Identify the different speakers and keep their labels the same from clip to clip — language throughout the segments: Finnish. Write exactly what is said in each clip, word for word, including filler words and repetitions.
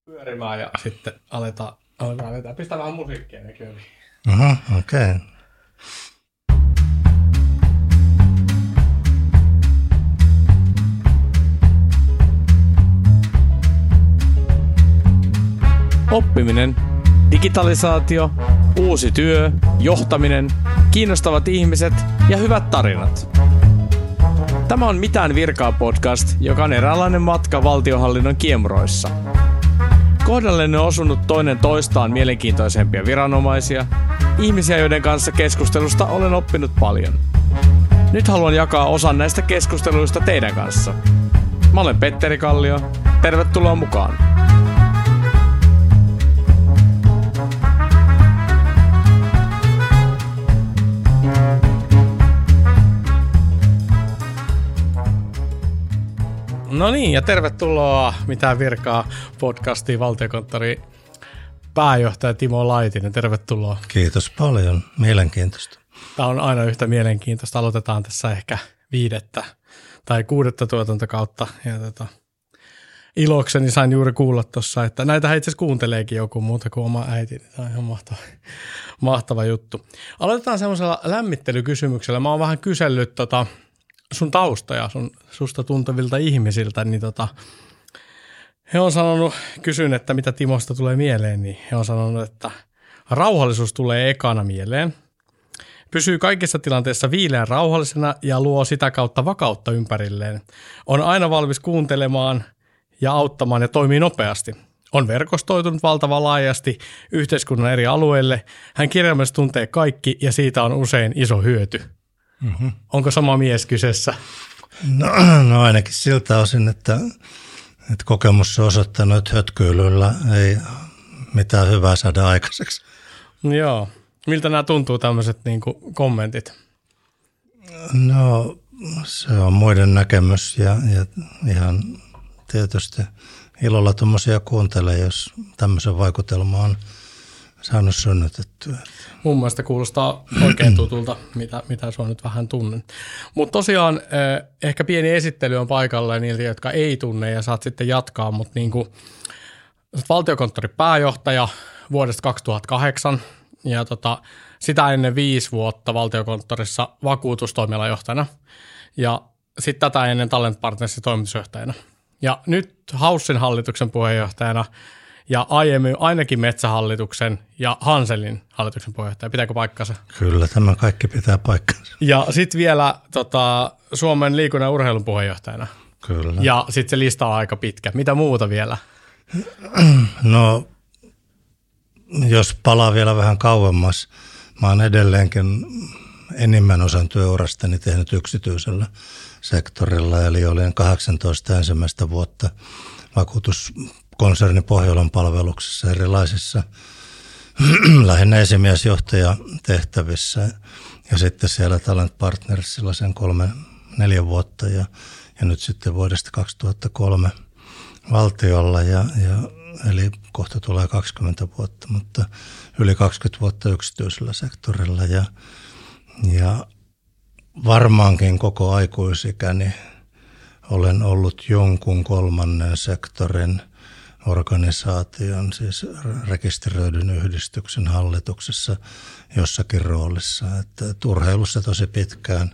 Speaker 1: pyörimään ja sitten aletaan, aletaan vetää. Pistää vähän musiikkia näkyy.
Speaker 2: Aha, okei. Okay.
Speaker 1: Oppiminen, digitalisaatio, uusi työ, johtaminen, kiinnostavat ihmiset ja hyvät tarinat. Tämä on Mitään virkaa podcast, joka on eräänlainen matka valtionhallinnon kiemuroissa. Kohdalleni on osunut toinen toistaan mielenkiintoisempia viranomaisia, ihmisiä, joiden kanssa keskustelusta olen oppinut paljon. Nyt haluan jakaa osan näistä keskusteluista teidän kanssa. Mä olen Petteri Kallio. Tervetuloa mukaan. No niin, ja tervetuloa Mitään virkaa podcastiin Valtiokonttorin pääjohtaja Timo Laitinen. Tervetuloa.
Speaker 2: Kiitos paljon. Mielenkiintoista.
Speaker 1: Tämä on aina yhtä mielenkiintoista. Aloitetaan tässä ehkä viidettä tai kuudetta tuotantokautta. Ja tota, ilokseni sain juuri kuulla tuossa, että näitä itse asiassa kuunteleekin joku muuta kuin oma äiti. Tämä on ihan mahtava, mahtava juttu. Aloitetaan semmoisella lämmittelykysymyksellä. Mä oon vähän kysellyt tota, sun taustoja, sun, susta tuntevilta ihmisiltä, niin tota, he on sanonut, kysyn, että mitä Timosta tulee mieleen, niin he on sanonut, että rauhallisuus tulee ekana mieleen, pysyy kaikissa tilanteissa viileän rauhallisena ja luo sitä kautta vakautta ympärilleen, on aina valmis kuuntelemaan ja auttamaan ja toimii nopeasti, on verkostoitunut valtavan laajasti yhteiskunnan eri alueille, hän kirjaimellisesti tuntee kaikki ja siitä on usein iso hyöty. Mm-hmm. Onko sama mies kyseessä?
Speaker 2: No, no ainakin siltä osin, että, että kokemus on osoittanut, että hötkyilyllä ei mitään hyvää saada aikaiseksi.
Speaker 1: Joo. Miltä nämä tuntuu tämmöiset niin kuin kommentit?
Speaker 2: No se on muiden näkemys ja, ja ihan tietysti ilolla tuommoisia kuuntelee, jos tämmöisen vaikutelma on saanut synnytettyä.
Speaker 1: Mun mielestä kuulostaa oikein tutulta, mitä, mitä sua nyt vähän tunnen. Mutta tosiaan eh, ehkä pieni esittely on paikalla niiltä, jotka ei tunne ja saat sitten jatkaa, mutta niin kuin Valtiokonttorin pääjohtaja vuodesta kaksituhattakahdeksan ja tota, sitä ennen viisi vuotta Valtiokonttorissa vakuutustoimialajohtajana ja sitten tätä ennen Talent Partnersin toimitusjohtajana. Ja nyt Haussin hallituksen puheenjohtajana ja aiemmin ainakin Metsähallituksen ja Hanselin hallituksen puheenjohtaja. Pitääkö paikkansa?
Speaker 2: Kyllä, tämä kaikki pitää paikkansa.
Speaker 1: Ja sitten vielä tota, Suomen liikunnan ja urheilun puheenjohtajana.
Speaker 2: Kyllä.
Speaker 1: Ja sitten se lista on aika pitkä. Mitä muuta vielä?
Speaker 2: No, jos palaa vielä vähän kauemmas, mä oon edelleenkin enimmän osan työurastani tehnyt yksityisellä sektorilla, eli olin kahdeksantoista ensimmäistä vuotta vakuutus konsernin Pohjolan palveluksessa erilaisissa lähinnä esimiesjohtajatehtävissä ja sitten siellä Talent Partnersilla sen kolme, neljä vuotta ja, ja nyt sitten vuodesta kaksituhattakolme valtiolla ja, ja eli kohta tulee kaksikymmentä vuotta, mutta yli kaksikymmentä vuotta yksityisellä sektorilla ja, ja varmaankin koko aikuisikäni olen ollut jonkun kolmannen sektorin organisaation, siis rekisteröidyn yhdistyksen hallituksessa jossakin roolissa. Että, että urheilussa tosi pitkään.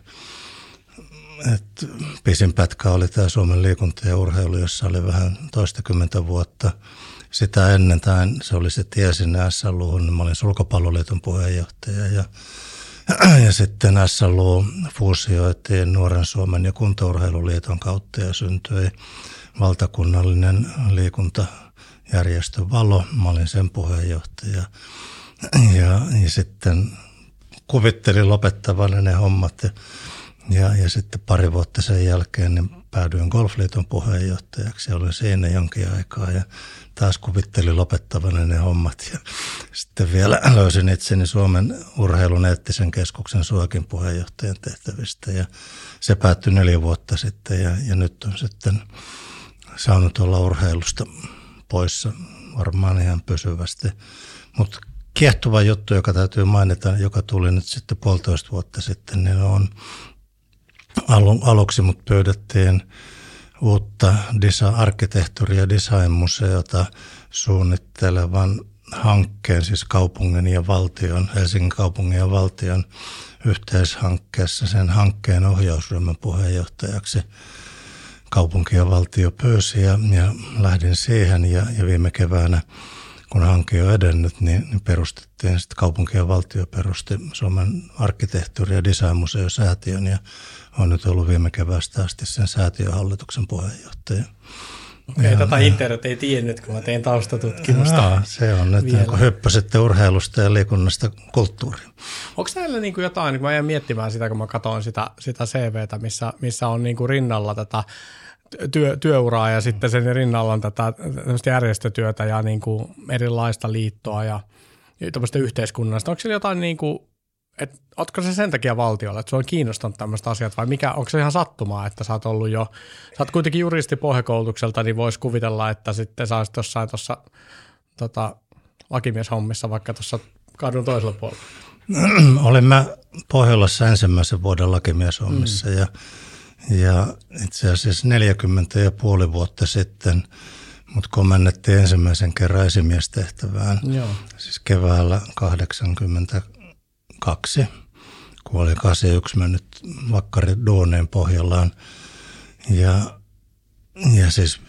Speaker 2: Että pisin pätkä oli tämä Suomen liikunta ja urheilu, jossa oli vähän toistakymmentä vuotta. Sitä ennen tämän, se oli se tie sinne S L U:hun, niin mä olin Sulkapalloliiton puheenjohtaja ja, ja sitten S L U fuusioitiin Nuoren Suomen ja Kuntourheiluliiton kautta ja syntyi valtakunnallinen liikuntajärjestö Valo. Mä olin sen puheenjohtaja ja, ja sitten kuvittelin lopettavani ne hommat ja, ja, ja sitten pari vuotta sen jälkeen niin päädyin Golfliiton puheenjohtajaksi ja olin siinä jonkin aikaa ja taas kuvittelin lopettavani ne hommat ja sitten vielä löysin itseni Suomen urheilun eettisen keskuksen Suakin puheenjohtajan tehtävistä ja se päättyi neljä vuotta sitten ja, ja nyt on sitten saanut olla urheilusta poissa varmaan ihan pysyvästi, mutta kiehtova juttu, joka täytyy mainita, joka tuli nyt sitten puolitoista vuotta sitten, niin on alu, aluksi mut pyydettiin uutta disa- arkkitehtuuri- ja designmuseota suunnittelevan hankkeen, siis kaupungin ja valtion, Helsingin kaupungin ja valtion yhteishankkeessa sen hankkeen ohjausryhmän puheenjohtajaksi kaupunki ja valtio pyysi ja, ja lähdin siihen ja, ja viime keväänä, kun hanke on edennyt, niin, niin perustettiin sitten kaupunki ja valtio perusti Suomen arkkitehtuuri- ja designmuseosäätiön ja on nyt ollut viime keväästä asti sen säätiöhallituksen puheenjohtaja.
Speaker 1: Okei, tätä internet ei tiennyt, kun mä tein taustatutkimusta.
Speaker 2: Jaa, se on nyt, vielä. Kun hyppäsitte urheilusta ja liikunnasta kulttuuriin.
Speaker 1: Onko näillä niin kuin jotain, niin mä jäin miettimään sitä, kun mä katsoin sitä, sitä C V:tä, missä, missä on niin kuin rinnalla tätä työ, työuraa ja sitten sen rinnalla on tätä järjestötyötä ja niin kuin erilaista liittoa ja tämmöistä yhteiskunnasta. Onko siellä jotain niin kuin, että ootko se sen takia valtiolla, että sua on kiinnostanut tämmöistä asiat vai mikä, onko se ihan sattumaa, että sä oot ollut jo, sä oot kuitenkin juristi pohjakoulutukselta, niin voisi kuvitella, että sitten sä olisit jossain tuossa tota, lakimieshommissa vaikka tuossa kadun toisella puolella.
Speaker 2: Olin mä Pohjolassa ensimmäisen vuoden lakimieshommissa mm. ja, ja itse asiassa neljäkymmentä ja puoli vuotta sitten mut komennettiin ensimmäisen kerran esimiestehtävään, Joo. siis keväällä kahdeksankymmentäkaksi, kun oli kahdeksankymmentäyksi mennyt vakkari duuneen Pohjolaan. Ja, ja siis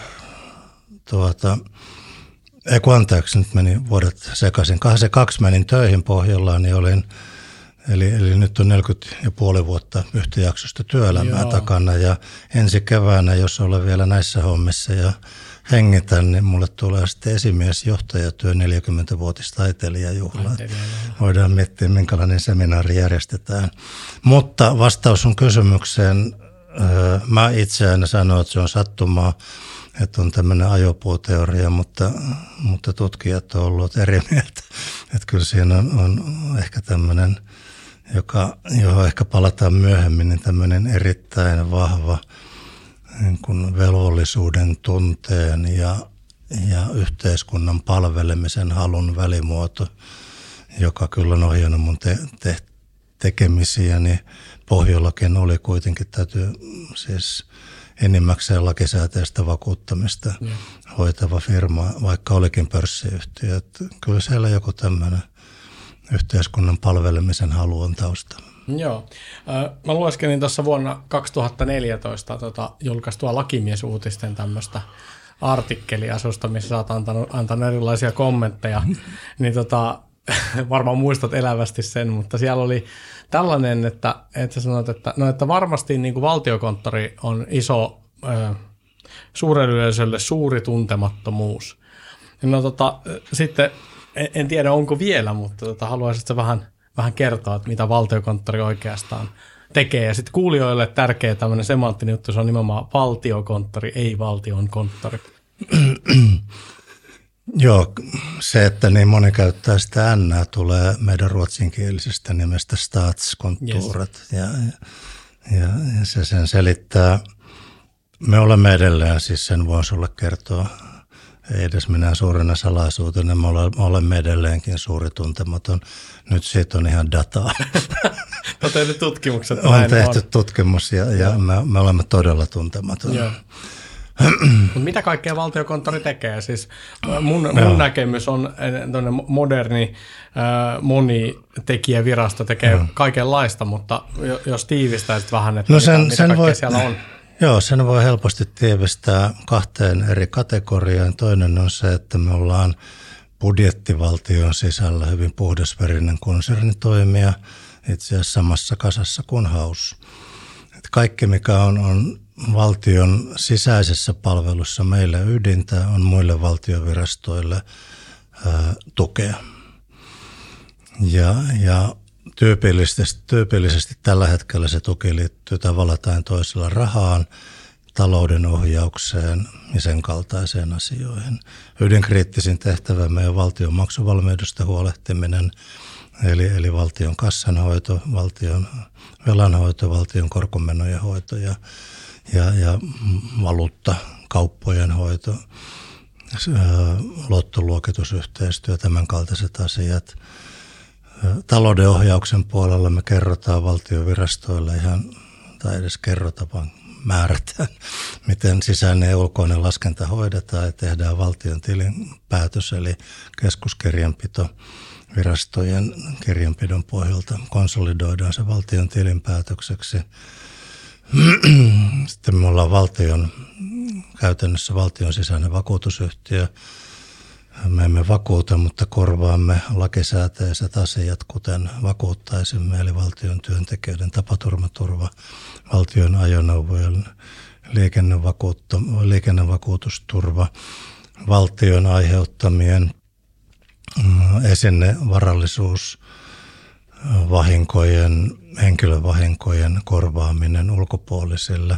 Speaker 2: tuota, ei kun anteeksi, nyt meni vuodet sekaisin. kahdeksankymmentäkaksi menin töihin Pohjolaan, niin olin, eli, eli nyt on neljäkymmentä ja puoli vuotta yhtäjaksoista työelämää Joo. takana. Ja ensi keväänä, jos olen vielä näissä hommissa ja hengitän, niin mulle tulee sitten esimiesjohtajatyö neljäkymmentävuotistaiteilijajuhla. Voidaan miettiä, minkälainen seminaari järjestetään. Mutta vastaus sun kysymykseen, mä itse aina sanon, että se on sattumaa, että on tämmöinen ajopuuteoria, mutta, mutta tutkijat on ollut eri mieltä. Että kyllä siinä on, on ehkä tämmöinen, joka, johon ehkä palataan myöhemmin, niin tämmöinen erittäin vahva niin kuin velvollisuuden tunteen ja, ja yhteiskunnan palvelemisen halun välimuoto, joka kyllä on ohjannut mun te, te, tekemisiäni. Pohjollakin oli kuitenkin täytyy siis enimmäkseen lakisääteistä vakuuttamista mm. hoitava firma, vaikka olikin pörssiyhtiö. Että kyllä siellä joku tämmöinen yhteiskunnan palvelemisen halu on taustalla.
Speaker 1: Joo. Mä lueskelin tuossa vuonna kaksituhattaneljätoista tota, julkaistua Lakimiesuutisten tämmöistä artikkeliasusta, missä sä oot antanut, antanut erilaisia kommentteja, niin tota, varmaan muistat elävästi sen, mutta siellä oli tällainen, että, että sä sanoit, että, no, että varmasti niin kuin valtiokonttori on iso, äh, suurelle yleisölle suuri tuntemattomuus. No tota, sitten en, en tiedä onko vielä, mutta tota, haluaisitko vähän vähän kertoa, että mitä valtiokonttori oikeastaan tekee. Ja sitten kuulijoille tärkeä tämmöinen semanttinen juttu, se on nimenomaan valtiokonttori, ei valtion konttori.
Speaker 2: Joo, se, että niin moni käyttää sitä N, tulee meidän ruotsinkielisestä nimestä Statskontoret. Yes. Ja, ja, ja se sen selittää. Me olemme edelleen, siis sen voin sulle kertoa, ei edes minä suurena salaisuutena, me olemme edelleenkin suuri tuntematon. Nyt siitä on ihan dataa.
Speaker 1: On tehty tutkimukset.
Speaker 2: On tehty on. tutkimus ja, ja me, me olemme todella tuntematon.
Speaker 1: Mutta mitä kaikkea valtiokonttori tekee? Siis mun, mun näkemys on, että moderni monitekijävirasto tekee Joo. kaikenlaista, mutta jos tiivistäisit vähän, että
Speaker 2: no
Speaker 1: sen, mitä, sen mitä voi, siellä on.
Speaker 2: Joo, sen voi helposti tiivistää kahteen eri kategoriaan. Toinen on se, että me ollaan budjettivaltion sisällä hyvin puhdasverinen konsernitoimija, itse asiassa samassa kasassa kuin Haus. Et kaikki, mikä on, on valtion sisäisessä palvelussa meille ydintä, on muille valtiovirastoille ää, tukea. Ja, ja tyypillisesti, tyypillisesti tällä hetkellä se tuki liittyy tavalla tai toisella rahaan, talouden ohjaukseen ja sen kaltaiseen asioihin. Ydinkriittisin tehtävämme on valtion maksuvalmiudesta huolehtiminen, eli, eli valtion kassanhoito, valtion velanhoito, valtion korkomenojen hoito ja, ja, ja valuuttakauppojen hoito, luottoluokitusyhteistyö, tämän kaltaiset asiat. Talouden ohjauksen puolella me kerrotaan valtiovirastoille ihan, tai edes kerrota, vaan määrätään, miten sisäinen ja ulkoinen laskenta hoidetaan ja tehdään valtion tilinpäätös, eli keskuskirjanpito virastojen kirjanpidon pohjalta konsolidoidaan se valtion tilinpäätökseksi. Sitten me ollaan valtion, käytännössä valtion sisäinen vakuutusyhtiö. Me emme vakuuta, mutta korvaamme lakisääteiset asiat, kuten vakuuttaisimme, eli valtion työntekijöiden tapaturmaturva, valtion ajoneuvojen liikennevakuutusturva, valtion aiheuttamien esinnevarallisuus, vahinkojen, henkilövahinkojen korvaaminen ulkopuolisille.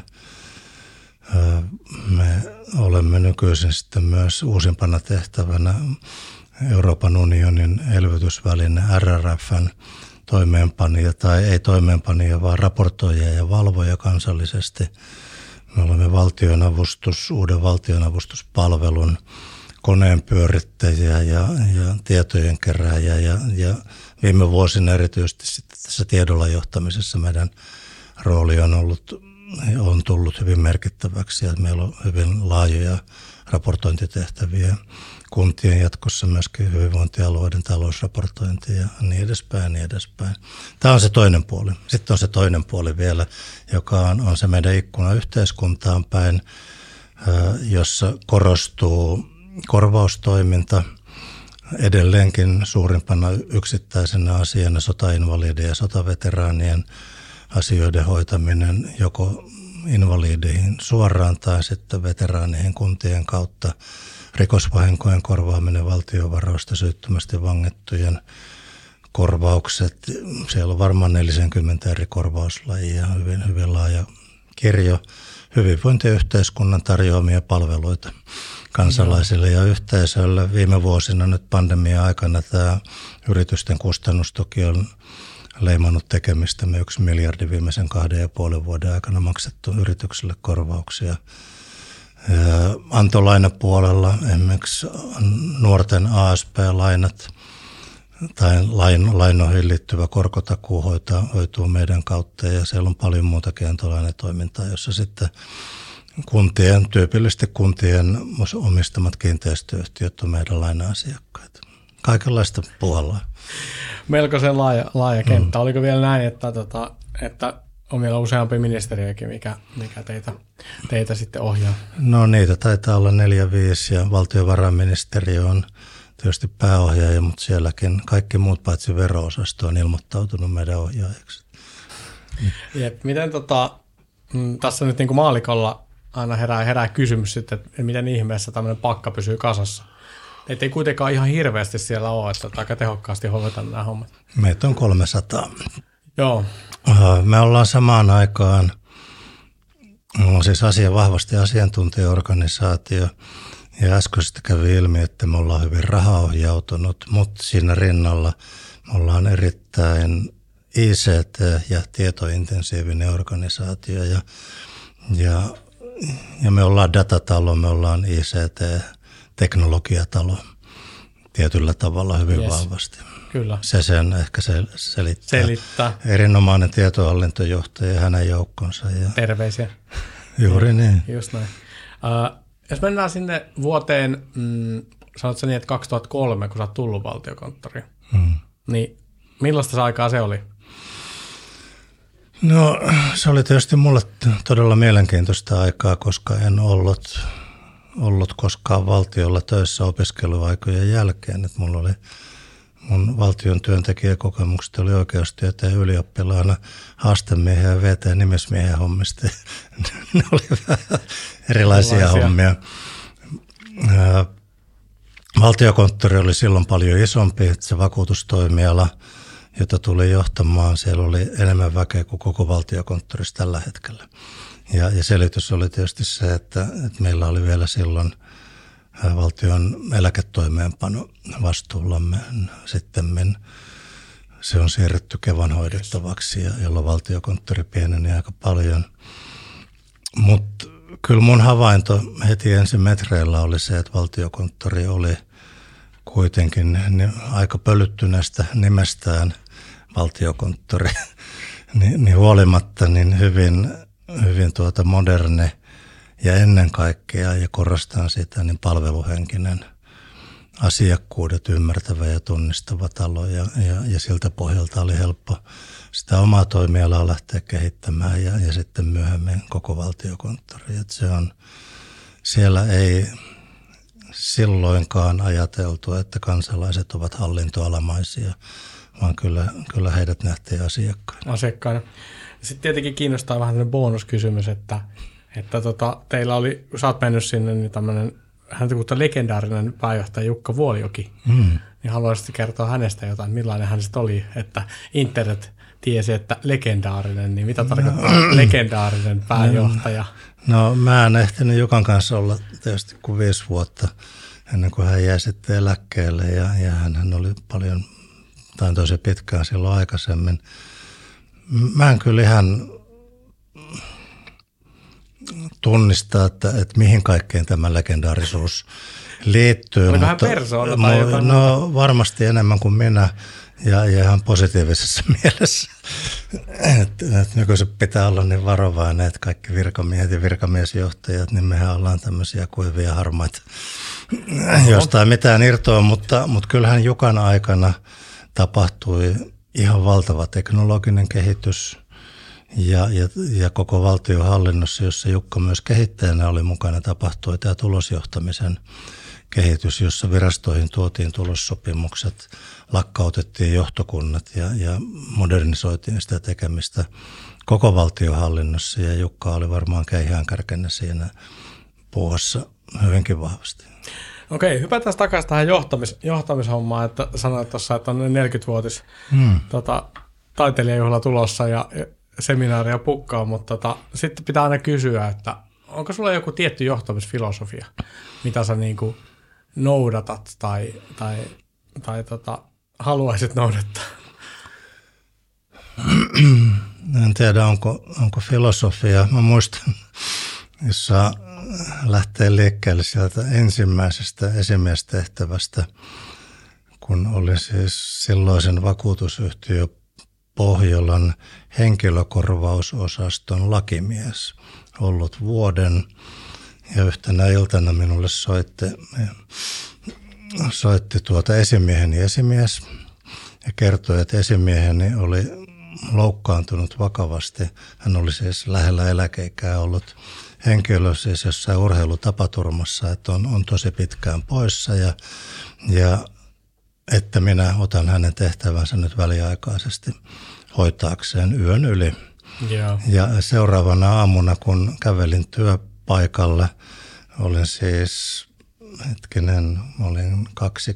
Speaker 2: Me olemme nykyisin sitten myös uusimpana tehtävänä Euroopan unionin elvytysväline R R F:n toimeenpanija, tai ei toimeenpanija, vaan raportoija ja valvoja kansallisesti. Me olemme valtionavustus, uuden valtionavustuspalvelun koneen pyörittäjä ja, ja tietojen kerääjä ja, ja viime vuosina erityisesti sitten tässä tiedolla johtamisessa meidän rooli on ollut, on tullut hyvin merkittäväksi ja meillä on hyvin laajoja raportointitehtäviä kuntien jatkossa myöskin hyvinvointialueiden talousraportointi ja niin edespäin, niin edespäin. Tämä on se toinen puoli. Sitten on se toinen puoli vielä, joka on, on se meidän ikkuna yhteiskuntaan päin, jossa korostuu korvaustoiminta edelleenkin suurimpana yksittäisenä asiana sotainvalidien ja sotaveteraanien asioiden hoitaminen joko invalideihin suoraan tai sitten veteraaneihin kuntien kautta, rikosvahinkojen korvaaminen valtiovaroista, syyttömästi vangittujen korvaukset. Siellä on varmaan neljäkymmentä eri korvauslajia, hyvin, hyvin laaja kirjo hyvinvointiyhteiskunnan tarjoamia palveluita kansalaisille ja yhteisöille. Viime vuosina nyt pandemia-aikana tämä yritysten kustannustuki on leimannut tekemistämme yksi miljardi viimeisen kahden ja puolen vuoden aikana maksettu yrityksille korvauksia. Antolainapuolella esimerkiksi nuorten A S P-lainat tai lain, lainoihin liittyvä korkotakuu hoitaa, hoituu meidän kautta ja siellä on paljon muutakin antolainatoimintaa, jossa sitten kuntien, tyypillisesti kuntien omistamat kiinteistöyhtiöt on meidän laina-asiakkaita. Kaikenlaista puolella.
Speaker 1: Melkoisen laaja, laaja kenttä. Mm. Oliko vielä näin, että, tota, että on vielä useampi ministeriökin, mikä, mikä teitä, teitä sitten ohjaa?
Speaker 2: No niitä taitaa olla neljä, viisi ja valtiovarainministeriö on tietysti pääohjaaja, mutta sielläkin kaikki muut paitsi vero-osasto on ilmoittautunut meidän ohjaajaksi.
Speaker 1: Jep, miten tota, tässä nyt niin kuin maalikolla aina herää, herää kysymys sitten, että miten ihmeessä tämmöinen pakka pysyy kasassa? Että ei kuitenkaan ihan hirveästi siellä ole, että aika tehokkaasti hoidetaan nämä hommat.
Speaker 2: Meitä on kolmesataa.
Speaker 1: Joo.
Speaker 2: Me ollaan samaan aikaan, on siis asia vahvasti asiantuntijaorganisaatio, ja äskeisesti kävi ilmi, että me ollaan hyvin rahaohjautunut, mutta siinä rinnalla me ollaan erittäin I C T- ja tietointensiivinen organisaatio, ja, ja, ja me ollaan datatalo, me ollaan I C T-teknologiatalo tietyllä tavalla hyvin yes. vahvasti.
Speaker 1: Kyllä.
Speaker 2: Se sen ehkä sel- selittää.
Speaker 1: Selittää.
Speaker 2: Erinomainen tietohallintojohtaja ja hänen joukkonsa. Ja
Speaker 1: terveisiä.
Speaker 2: Juuri niin.
Speaker 1: Just näin. Uh, jos mennään sinne vuoteen, mm, sanotko niin, että kaksituhattakolme, kun sä oot tullut valtiokonttoriin, hmm. niin millaista se aikaa se oli?
Speaker 2: No se oli tietysti mulle todella mielenkiintoista aikaa, koska en ollut, ollut koskaan valtiolla töissä opiskeluaikojen jälkeen. Että mulla oli mun valtion työntekijäkokemukset oli oikeustieteen ylioppilaana haastemiehen ja V T-nimismiehen hommista. Ne oli vähän erilaisia Laisia. hommia. Valtiokonttori oli silloin paljon isompi, että se vakuutustoimiala, jota tuli johtamaan, siellä oli enemmän väkeä kuin koko valtiokonttorissa tällä hetkellä. Ja, ja selitys oli tietysti se, että, että meillä oli vielä silloin valtion eläketoimeenpano vastuullamme. Sitten se on siirretty Kevan hoidettavaksi, ja jolloin valtiokonttori pieneni aika paljon. Mutta kyllä mun havainto heti ensi metreillä oli se, että valtiokonttori oli kuitenkin aika pölyttyneestä nimestään valtiokonttori, niin, niin huolimatta niin hyvin hyvin tuota moderne ja ennen kaikkea, ja korostan sitä, niin palveluhenkinen, asiakkuudet ymmärtävä ja tunnistava talo, ja, ja, ja siltä pohjalta oli helppo sitä omaa toimialaa lähteä kehittämään ja, ja sitten myöhemmin koko valtiokonttori. Et se on, siellä ei silloinkaan ajateltu, että kansalaiset ovat hallintoalamaisia, vaan kyllä, kyllä heidät nähtiin asiakkaina.
Speaker 1: Asiakkaina. Sitten tietenkin kiinnostaa vähän tämmöinen bonuskysymys, että, että tota, teillä oli, kun sä oot mennyt sinne, niin tämmöinen häntä kuulta legendaarinen pääjohtaja Jukka Vuolijoki, mm. niin haluaisitko kertoa hänestä jotain, millainen hän sitten oli, että internet tiesi, että legendaarinen, niin mitä tarkoittaa no. legendaarinen pääjohtaja?
Speaker 2: No mä en ehtinyt Jukan kanssa olla tietysti kuin viisi vuotta ennen kuin hän jäi sitten eläkkeelle, ja, ja hän oli paljon, tai tosi pitkään silloin aikaisemmin. Mä en kyllä ihan tunnista, että, että mihin kaikkeen tämä legendaarisuus liittyy.
Speaker 1: Oliko hän persoona tai jotain?
Speaker 2: No varmasti enemmän kuin minä, ja, ja ihan positiivisessa mielessä. Että et nykyisin pitää olla niin varovainen, että kaikki virkamiehet ja virkamiesjohtajat, niin mehän ollaan tämmöisiä kuivia harmaita, jostain mitään irtoa, mutta, mutta kyllähän Jukan aikana tapahtui ihan valtava teknologinen kehitys, ja, ja, ja koko valtionhallinnossa, jossa Jukka myös kehittäjänä oli mukana, tapahtui tämä tulosjohtamisen kehitys, jossa virastoihin tuotiin tulossopimukset, lakkautettiin johtokunnat ja, ja modernisoitiin sitä tekemistä koko valtionhallinnossa, ja Jukka oli varmaan keihäänkärkenä siinä puuhassa hyvinkin vahvasti.
Speaker 1: Okei, hypätään takaisin tähän johtamis, johtamishommaan, että sanoit tuossa, että on neljäkymmenvuotis hmm. tota, taiteilijajuhla tulossa ja seminaaria pukkaa, mutta tota, sitten pitää aina kysyä, että onko sulla joku tietty johtamisfilosofia, mitä sä niinku noudatat tai, tai, tai tota, haluaisit noudattaa?
Speaker 2: En tiedä, onko, onko filosofia. Mä muistan, jos saa lähteä liikkeelle sieltä ensimmäisestä esimiestehtävästä, kun olin siis silloisen vakuutusyhtiö Pohjolan henkilökorvausosaston lakimies ollut vuoden, ja yhtenä iltana minulle soitti, soitti tuota esimieheni esimies ja kertoi, että esimieheni oli loukkaantunut vakavasti. Hän oli siis lähellä eläkeikää ollut henkilö siis jossain urheilutapaturmassa, että on, on tosi pitkään poissa, ja, ja että minä otan hänen tehtävänsä nyt väliaikaisesti hoitaakseen yön yli.
Speaker 1: Yeah.
Speaker 2: Ja seuraavana aamuna, kun kävelin työpaikalle, olin siis, hetkinen, olin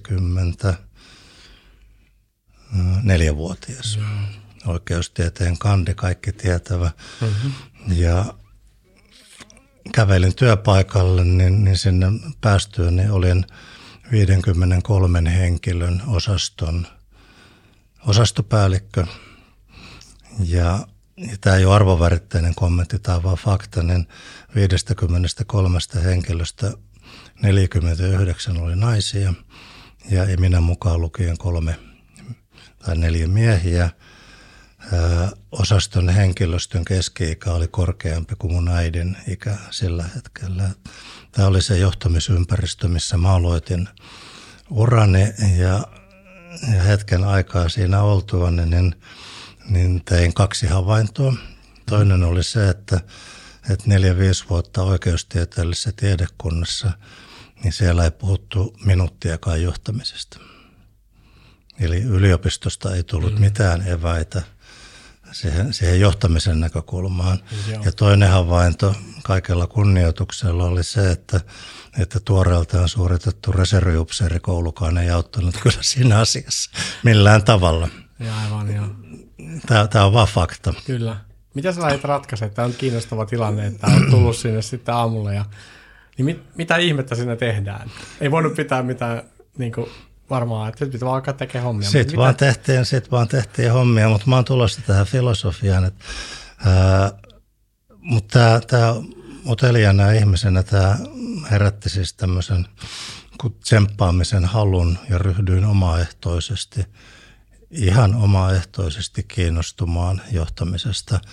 Speaker 2: kaksikymmentäneljävuotias. Yeah. Oikeustieteen kandi, kaikki tietävä. Mm-hmm. Ja kävelin työpaikalle, niin, niin sinne päästyäni olin viisikymmentäkolme henkilön osaston osastopäällikkö. Ja, ja tämä ei ole arvoväritteinen kommentti, tämä on vaan fakta, niin viisikymmentäkolme henkilöstä neljäkymmentäyhdeksän oli naisia, ja minä mukaan lukien kolme tai neljä miehiä. Osaston henkilöstön keski-ikä oli korkeampi kuin mun äidin ikä sillä hetkellä. Tämä oli se johtamisympäristö, missä mä aloitin urani, ja, ja hetken aikaa siinä oltuani, niin, niin tein kaksi havaintoa. Toinen oli se, että, että neljä, viisi vuotta oikeustieteellisessä tiedekunnassa, niin siellä ei puhuttu minuuttiakaan johtamisesta. Eli yliopistosta ei tullut mm. mitään eväitä siihen, siihen johtamisen näkökulmaan. Joo. Ja toinen havainto kaikella kunnioituksella oli se, että, että tuoreeltaan suoritettu reserviupseerikoulukaan ei auttanut kyllä siinä asiassa millään tavalla.
Speaker 1: Ja aivan, joo.
Speaker 2: Tämä, tämä on vaan fakta.
Speaker 1: Kyllä. Mitä sä lähdit ratkaisemaan? Tämä on kiinnostava tilanne, että on tullut sinne sitten aamulla. Ja, niin mit, mitä ihmettä siinä tehdään? Ei voinut pitää mitään niin kuin varmaan, että pitää vaan alkaa tekemään hommia.
Speaker 2: Sitten vaan, tehtiin, sit vaan tehtiin hommia, mutta mä oon tulossa tähän filosofiaan. Että, ää, mutta tämä uteliaana ihmisenä tämä herätti siis tämmöisen tsemppaamisen halun ja ryhdyin omaehtoisesti, ihan omaehtoisesti kiinnostumaan johtamisesta.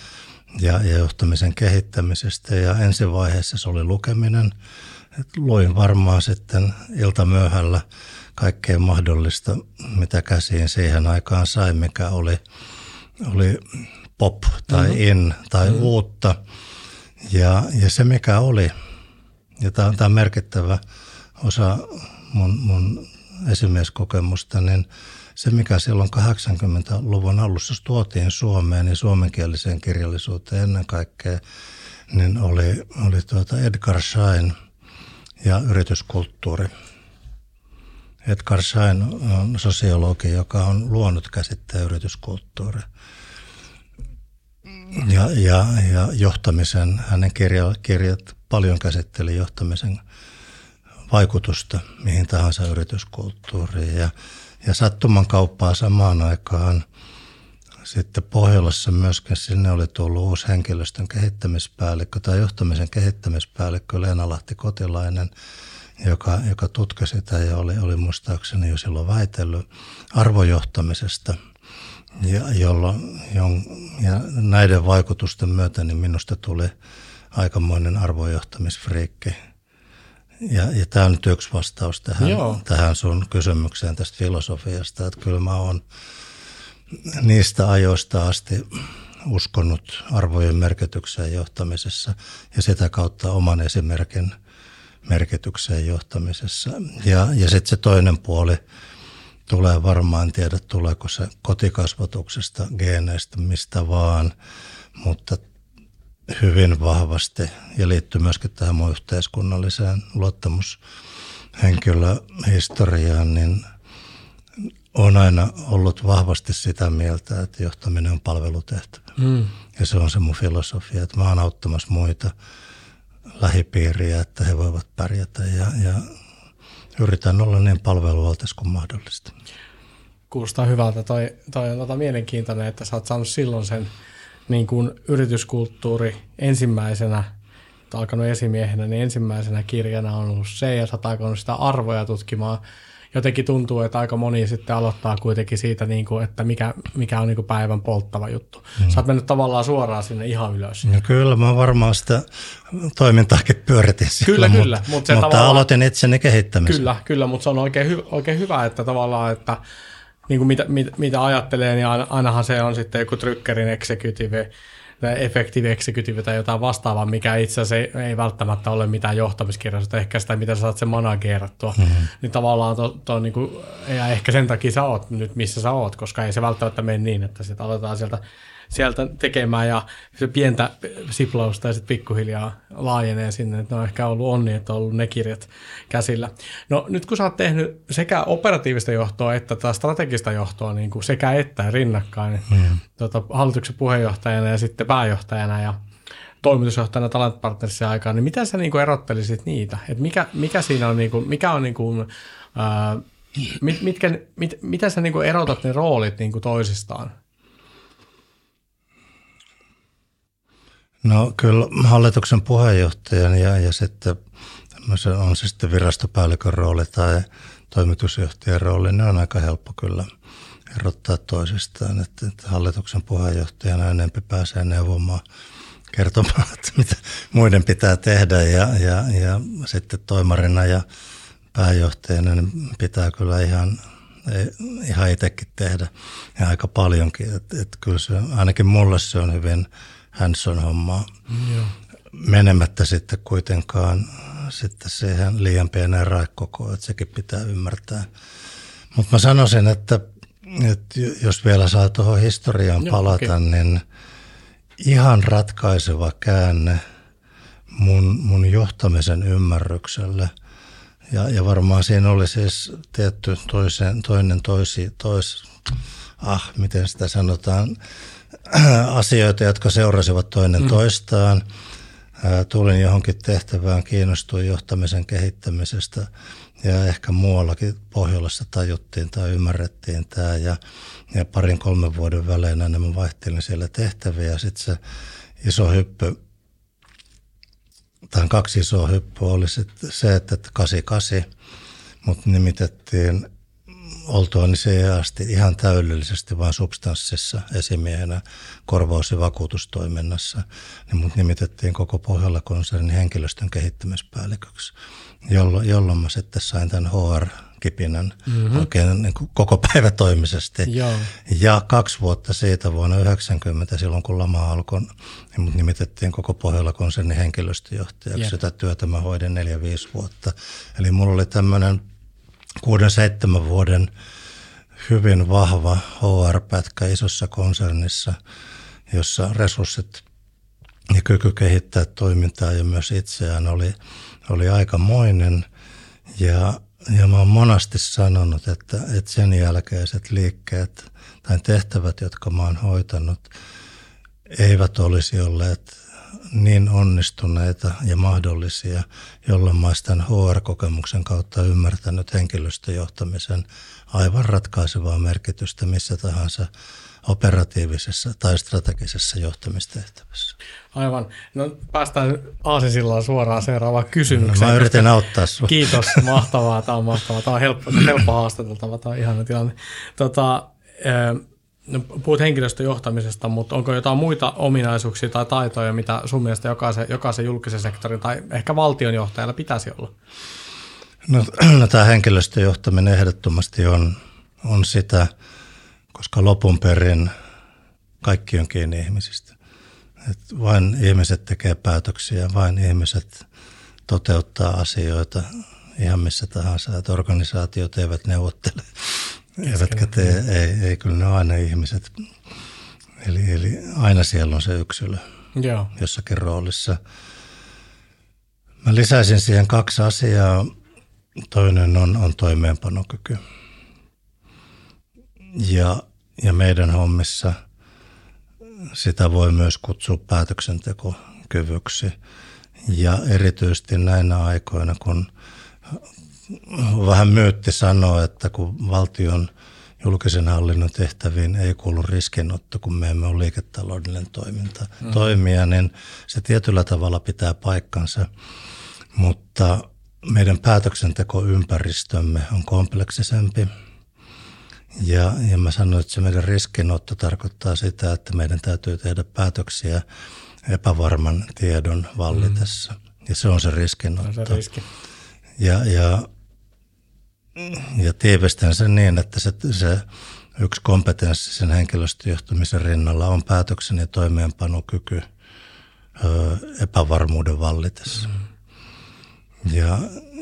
Speaker 2: ja, ja johtamisen kehittämisestä. Ja ensivaiheessa se oli lukeminen. Et luin varmaan sitten iltamyöhällä kaikkea mahdollista, mitä käsiin siihen aikaan sai, mikä oli, oli pop tai mm-hmm. in tai mm-hmm. uutta. Ja, ja se mikä oli, ja tämä on, tämä on merkittävä osa mun, mun esimieskokemusta, niin se mikä silloin kahdeksankymmentäluvun alussa tuotiin Suomeen ja suomenkieliseen kirjallisuuteen ennen kaikkea, niin oli, oli tuota Edgar Schein ja yrityskulttuuri. Edgar Schein on sosiologi, joka on luonut käsitteen yrityskulttuuri. Ja, ja, ja johtamisen, hänen kirja, kirjat paljon käsitteli johtamisen vaikutusta mihin tahansa yrityskulttuuriin. Ja, ja sattuman kauppaa samaan aikaan sitten Pohjolassa myöskin sinne oli tullut uusi henkilöstön kehittämispäällikkö tai johtamisen kehittämispäällikkö Leena Lahti-Kotilainen, joka, joka tutki sitä ja oli, oli muistaakseni jo silloin väitellyt arvojohtamisesta. Ja, jolloin, ja näiden vaikutusten myötä niin minusta tuli aikamoinen arvojohtamisfriikki. Ja, ja tämä on nyt yksi vastaus tähän, tähän sun kysymykseen tästä filosofiasta, että kyllä mä oon niistä ajoista asti uskonut arvojen merkitykseen johtamisessa ja sitä kautta oman esimerkin merkitykseen johtamisessa. Ja, ja sitten se toinen puoli tulee varmaan, en tiedä tuleeko se kotikasvatuksesta, geeneistä, mistä vaan, mutta hyvin vahvasti ja liittyy myöskin tähän mun yhteiskunnalliseen luottamushenkilöhistoriaan, niin on aina ollut vahvasti sitä mieltä, että johtaminen on palvelutehtävä. Mm. Ja se on se mun filosofia, että mä oon auttamassa muita lähipiiriä, että he voivat pärjätä ja, ja yritän olla niin palveluvaltais kuin mahdollista.
Speaker 1: Kuulostaa hyvältä. Toi, toi on tota mielenkiintoinen, että sä oot saanut silloin sen niin kuin yrityskulttuuri ensimmäisenä, alkanut esimiehenä, niin ensimmäisenä kirjana on ollut se, ja sä oot alkanut sitä arvoja tutkimaan. Jotenkin tuntuu, että aika moni sitten aloittaa kuitenkin siitä, niin kuin, että mikä, mikä on niin kuin päivän polttava juttu. Mm. Sä oot mennyt tavallaan suoraan sinne ihan ylös.
Speaker 2: No kyllä, mä varmaan sitä toimintaakin pyöritin silloin,
Speaker 1: kyllä, kyllä,
Speaker 2: mutta,
Speaker 1: mutta,
Speaker 2: mutta aloitin itseni kehittämisen.
Speaker 1: Kyllä, kyllä, mutta se on oikein, hy, oikein hyvä, että tavallaan, että niin kuin mitä, mitä, mitä ajattelee, niin ainahan se on sitten joku trykkerin executive, tai effective executive tai jotain vastaavaa, mikä itse asiassa ei, ei välttämättä ole mitään johtamiskirjallisuutta, ehkä sitä, mitä sä saat sen manageerattua. Mm-hmm. Niin tavallaan to, to, niin kuin, ja ehkä sen takia sä oot nyt, missä sä oot, koska ei se välttämättä mene niin, että sitten aletaan sieltä, sieltä tekemään ja se pientä siplausta ja sitten pikkuhiljaa laajenee sinne, että ne on ehkä ollut onni, että on ollut ne kirjat käsillä. No nyt kun sä oot tehnyt sekä operatiivista johtoa että tätä strategista johtoa niin kuin sekä että rinnakkain, mm. tota, hallituksen puheenjohtajana ja sitten pääjohtajana ja toimitusjohtajana Talent Partnersin aikaan, niin miten sä niin kuin erottelisit niitä? Et mikä, mikä siinä on, niin kuin, mikä on niin kuin, ää, mit, mitkä, mit, miten sä niin kuin erotat ne roolit niin kuin toisistaan?
Speaker 2: No kyllä hallituksen puheenjohtajan ja, ja sitten on se sitten virastopäällikön rooli tai toimitusjohtajan rooli, ne on aika helppo kyllä erottaa toisistaan. Että, että hallituksen puheenjohtajana enempi pääsee neuvomaan, kertomaan, että mitä muiden pitää tehdä ja, ja, ja sitten toimarina ja pääjohtajana niin pitää kyllä ihan, ihan itsekin tehdä ja aika paljonkin. Että, että kyllä se, ainakin mulle se on hyvin hands-on hommaa, mm, menemättä sitten kuitenkaan sitten siihen liian pieneen raikkokoon, että sekin pitää ymmärtää. Mutta mä sanoisin, että, että jos vielä saa tuohon historiaan joo, palata, okay. niin ihan ratkaiseva käänne mun, mun johtamisen ymmärrykselle. Ja, ja varmaan siinä oli siis tietty toisen, toinen toisi, tois, ah, miten sitä sanotaan, asioita, jotka seurasivat toinen mm. toistaan. Tulin johonkin tehtävään, kiinnostuin johtamisen kehittämisestä ja ehkä muuallakin Pohjolassa tajuttiin tai ymmärrettiin tämä ja, ja parin kolmen vuoden välein aina mä vaihtelin siellä tehtäviä. Sitten se iso hyppy, tai kaksi isoa hyppyä oli sit se, että kahdeksankymmentäkahdeksan mut nimitettiin oltuani siihen asti ihan täydellisesti vain substanssissa esimiehenä korvaus- ja vakuutustoiminnassa, niin mut nimitettiin koko Pohjola-konsernin henkilöstön kehittämispäälliköksi, jolloin, jolloin mä sitten sain tämän H R-kipinän mm-hmm. oikein niin kuin koko päivä toimisesti.
Speaker 1: Joo.
Speaker 2: Ja kaksi vuotta siitä vuonna yhdeksänkymmentä, silloin kun lama alkoi, niin mut nimitettiin koko Pohjola-konsernin henkilöstöjohtajaksi. Yep. Sitä työtä mä hoidin neljä, viisi vuotta. Eli mulla oli tämmöinen kuuden, seitsemän vuoden hyvin vahva H R-pätkä isossa konsernissa, jossa resurssit ja kyky kehittää toimintaa ja myös itseään oli, oli aikamoinen. Ja, ja mä oon monasti sanonut, että, että sen jälkeiset liikkeet tai tehtävät, jotka mä oon hoitanut, eivät olisi olleet niin onnistuneita ja mahdollisia, jolloin mä tämän H R-kokemuksen kautta ymmärtänyt henkilöstöjohtamisen aivan ratkaisevaa merkitystä missä tahansa operatiivisessa tai strategisessa johtamistehtävässä.
Speaker 1: Aivan. No päästään aasinsillaan suoraan seuraavaan kysymykseen.
Speaker 2: No, mä yritän auttaa sinua.
Speaker 1: Kiitos, mahtavaa. Tämä on mahtavaa. Tämä on helppo, helppo haastateltava. Tämä on ihana tilanne. Tota, no, puhut henkilöstöjohtamisesta, mutta onko jotain muita ominaisuuksia tai taitoja, mitä sun mielestä jokaisen, jokaisen julkisen sektorin tai ehkä valtionjohtajalla pitäisi olla?
Speaker 2: No, no tämä henkilöstöjohtaminen ehdottomasti on, on sitä, koska lopun perin kaikki on kiinni ihmisistä. Et vain ihmiset tekee päätöksiä, vain ihmiset toteuttaa asioita ihan missä tahansa. Et organisaatiot eivät neuvottele, eivätkä tee, ei, ei kyllä ne ole aina ihmiset. Eli, eli aina siellä on se yksilö
Speaker 1: Joo.
Speaker 2: jossakin roolissa. Mä lisäisin siihen kaksi asiaa. Toinen on, on toimeenpanokyky. Ja, ja meidän hommissa sitä voi myös kutsua päätöksentekokyvyksi. Ja erityisesti näinä aikoina, kun vähän myytti sanoo, että kun valtion julkisen hallinnon tehtäviin ei kuulu riskinotto, kun me emme ole liiketaloudellinen toiminta, mm. toimija, niin se tietyllä tavalla pitää paikkansa. Mutta meidän päätöksentekoympäristömme on kompleksisempi. Ja, ja mä sanoin, että se meidän riskinotto tarkoittaa sitä, että meidän täytyy tehdä päätöksiä epävarman tiedon vallitessa. Mm. Ja se on se riskinotto.
Speaker 1: Se riski.
Speaker 2: Ja, ja, ja tiivistän sen niin, että se, se yksi kompetenssi sen henkilöstöjohtamisen rinnalla on päätöksen ja toimeenpanokyky ö, epävarmuuden vallitessa. Mm. Ja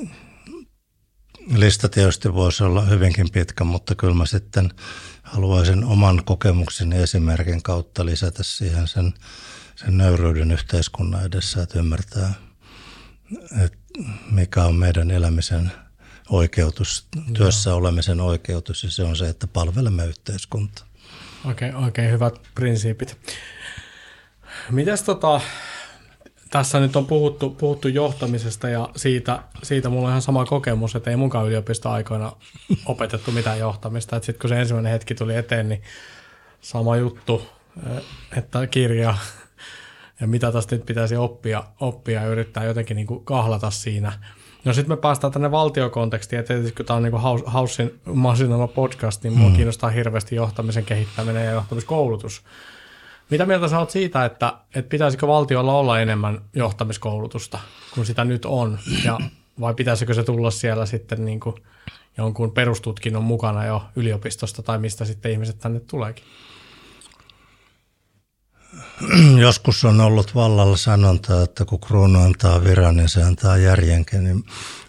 Speaker 2: lista tietysti voisi olla hyvinkin pitkä, mutta kyllä mä sitten haluaisin oman kokemukseni esimerkin kautta lisätä siihen sen, sen nöyryyden yhteiskunnan edessä, että ymmärtää, että mikä on meidän elämisen oikeutus, työssä olemisen oikeutus, ja se on se, että palvelemme yhteiskuntaa.
Speaker 1: Okei, okay, oikein hyvät prinsiipit. Mites tota... Tässä nyt on puhuttu, puhuttu johtamisesta ja siitä, siitä mulla on ihan sama kokemus, että ei munkaan yliopistoaikoina opetettu mitään johtamista. Sitten kun se ensimmäinen hetki tuli eteen, niin sama juttu, että kirja ja mitä tästä nyt pitäisi oppia, oppia ja yrittää jotenkin niin kuin kahlata siinä. No sitten me päästään tänne valtiokontekstiin, ja tietysti kun tämä on niin kuin Haussin Masinama podcast, niin mua mm. kiinnostaa hirveästi johtamisen kehittäminen ja johtamiskoulutus. Mitä mieltä sä oot siitä, että, että pitäisikö valtiolla olla enemmän johtamiskoulutusta kuin sitä nyt on, ja vai pitäisikö se tulla siellä sitten niin kuin jonkun perustutkinnon mukana jo yliopistosta tai mistä sitten ihmiset tänne tuleekin?
Speaker 2: Joskus on ollut vallalla sanonta, että kun kruunu antaa viran, niin se antaa järjenkin. Niin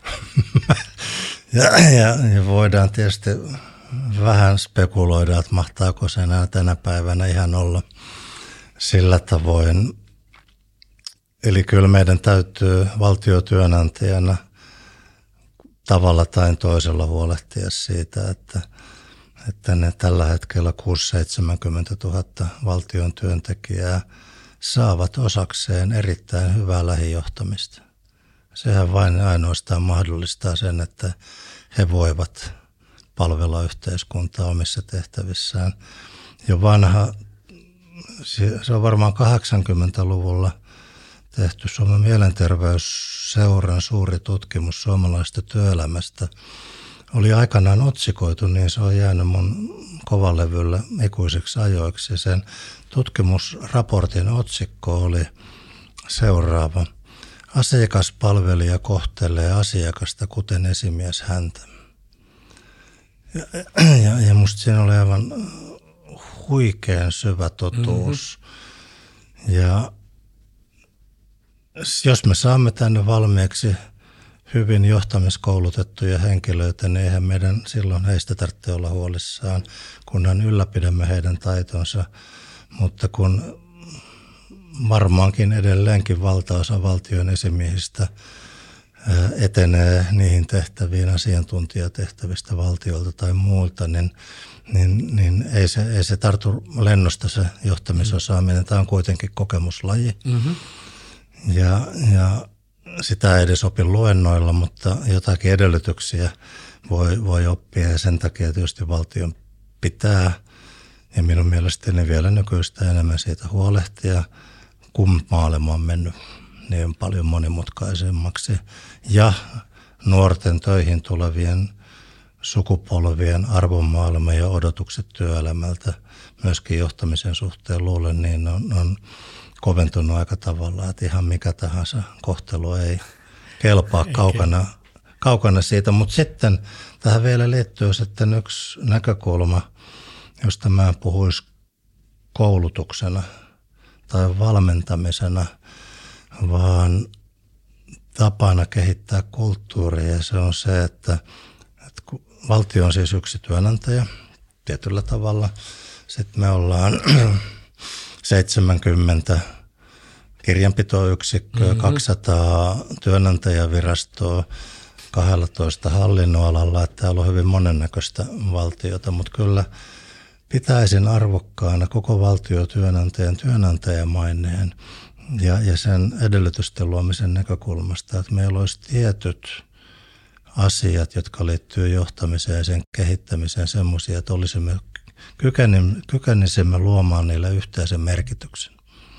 Speaker 2: ja, ja, ja voidaan tietysti vähän spekuloida, että mahtaako se enää tänä päivänä ihan olla sillä tavoin. Eli kyllä meidän täytyy valtiotyönantajana tavalla tai toisella huolehtia siitä, että, että ne tällä hetkellä kuusi seitsemänkymmentä tuhatta valtion työntekijää saavat osakseen erittäin hyvää lähijohtamista. Sehän vain ainoastaan mahdollistaa sen, että he voivat palvella yhteiskuntaa omissa tehtävissään. Jo vanha, se on varmaan kahdeksankymmentäluvulla tehty Suomen mielenterveysseuran suuri tutkimus suomalaisesta työelämästä oli aikanaan otsikoitu, niin se on jäänyt mun kovalevyllä ikuisiksi ajoiksi. Sen tutkimusraportin otsikko oli seuraava. Asiakaspalvelija kohtelee asiakasta kuten esimies häntä. Ja, ja, ja musta siinä oli aivan huikean syvä totuus. Mm-hmm. Ja jos me saamme tänne valmiiksi hyvin johtamiskoulutettuja henkilöitä, niin eihän meidän silloin heistä tarvitse olla huolissaan, kunhan ylläpidämme heidän taitonsa. Mutta kun varmaankin edelleenkin valtaosa valtion esimiehistä etenee niihin tehtäviin asiantuntijatehtävistä valtiolta tai muilta, niin, niin, niin ei, se, ei se tartu lennosta se johtamisosaaminen. Tämä on kuitenkin kokemuslaji. Mm-hmm. Ja, ja sitä ei edes opi luennoilla, mutta jotakin edellytyksiä voi, voi oppia ja sen takia tietysti valtion pitää ja minun mielestäni vielä nykyistä enemmän siitä huolehtia, kun maailma on mennyt niin paljon monimutkaisemmaksi ja nuorten töihin tulevien sukupolvien arvomaailma ja odotukset työelämältä myöskin johtamisen suhteen luulen, niin on, on koventunut aika tavalla, että ihan mikä tahansa kohtelu ei kelpaa kaukana, kaukana siitä. Mutta sitten tähän vielä liittyy sitten yksi näkökulma, josta mä puhuisi koulutuksena tai valmentamisena, vaan tapana kehittää kulttuuria. Ja se on se, että, että kun valtio on siis yksi työnantaja tietyllä tavalla. Sitten me ollaan seitsemänkymmentä kirjanpitoyksikköä, mm-hmm. kaksisataa työnantajavirastoa, kaksitoista hallinnonalalla, että täällä on hyvin monennäköistä valtiota, mutta kyllä pitäisin arvokkaana koko valtiotyönantajan työnantajamaineen ja, ja sen edellytysten luomisen näkökulmasta, että meillä olisi tietyt asiat, jotka liittyy johtamiseen ja sen kehittämiseen semmoisia, että olisimme kykenisimme luomaan niille yhteisen merkityksen.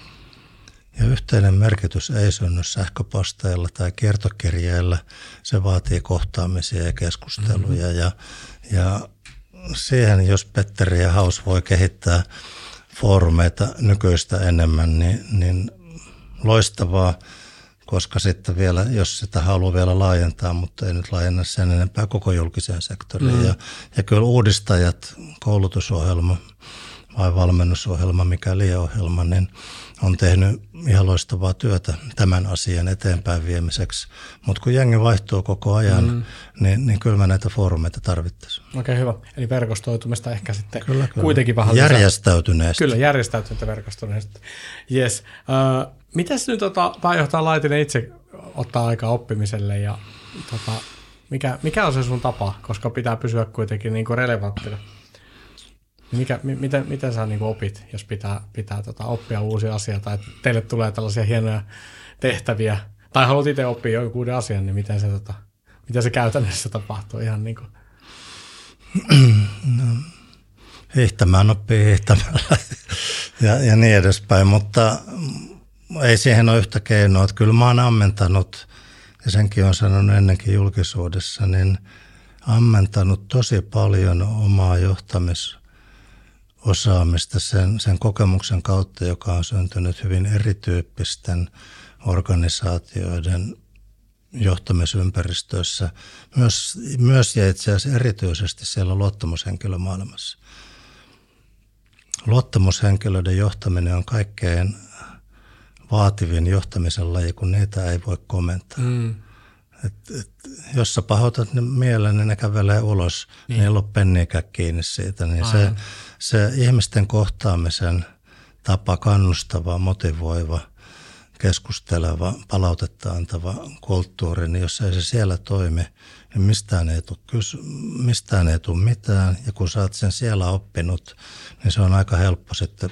Speaker 2: Ja yhteinen merkitys ei synny sähköposteilla tai kiertokirjeillä. Se vaatii kohtaamisia ja keskusteluja. Mm-hmm. Ja, ja siihen, jos Petteri ja Haus voi kehittää foorumeita nykyistä enemmän, niin, niin loistavaa, koska sitten vielä, jos sitä haluaa vielä laajentaa, mutta ei nyt laajenna sen enempää koko julkiseen sektoriin. Mm. Ja, ja kyllä uudistajat, koulutusohjelma vai valmennusohjelma, mikäli ohjelma, niin on tehnyt ihan loistavaa työtä tämän asian eteenpäin viemiseksi. Mutta kun jengi vaihtuu koko ajan, mm. niin, niin kyllä me näitä foorumeita tarvittaisiin.
Speaker 1: Okei, okay, hyvä. Eli verkostoitumista ehkä sitten
Speaker 2: kyllä, kyllä.
Speaker 1: kuitenkin vähän
Speaker 2: järjestäytyneesti.
Speaker 1: Kyllä, järjestäytyneitä verkostoituneesti. Yes. Uh, mitäs nyt tota, pääjohtaja Laitinen itse ottaa aikaa oppimiselle ja tota, mikä, mikä on se sun tapa, koska pitää pysyä kuitenkin niinku relevanttina? Mikä, m- miten, miten sä niinku opit, jos pitää, pitää tota, oppia uusia asioita, tai teille tulee tällaisia hienoja tehtäviä, tai haluat itse oppia jonkun uuden asian, niin miten se, tota, miten se käytännössä tapahtuu ihan niin kuin?
Speaker 2: No, hiihtämään oppii hiihtämällä ja, ja niin edespäin, mutta ei siihen ole yhtä keinoa. Että kyllä mä oon ammentanut, ja senkin on sanonut ennenkin julkisuudessa, niin ammentanut tosi paljon omaa johtamisosaamista sen, sen kokemuksen kautta, joka on syntynyt hyvin erityyppisten organisaatioiden johtamisympäristöissä, myös, myös ja itse asiassa erityisesti siellä luottamushenkilömaailmassa. Luottamushenkilöiden johtaminen on kaikkein vaativin johtamisen laji, kun niitä ei voi komentaa. Mm. Et, et, jos sä pahoitat ne mieleen, niin ne kävelee ulos, niin ei ole penniäkään kiinni siitä. Niin se, se ihmisten kohtaamisen tapa, kannustava, motivoiva, keskusteleva, palautetta antava kulttuuri, niin jos ei se siellä toimi, niin mistään ei tule, kysy- mistään ei tule mitään. Ja kun sä oot sen siellä oppinut, niin se on aika helppo sitten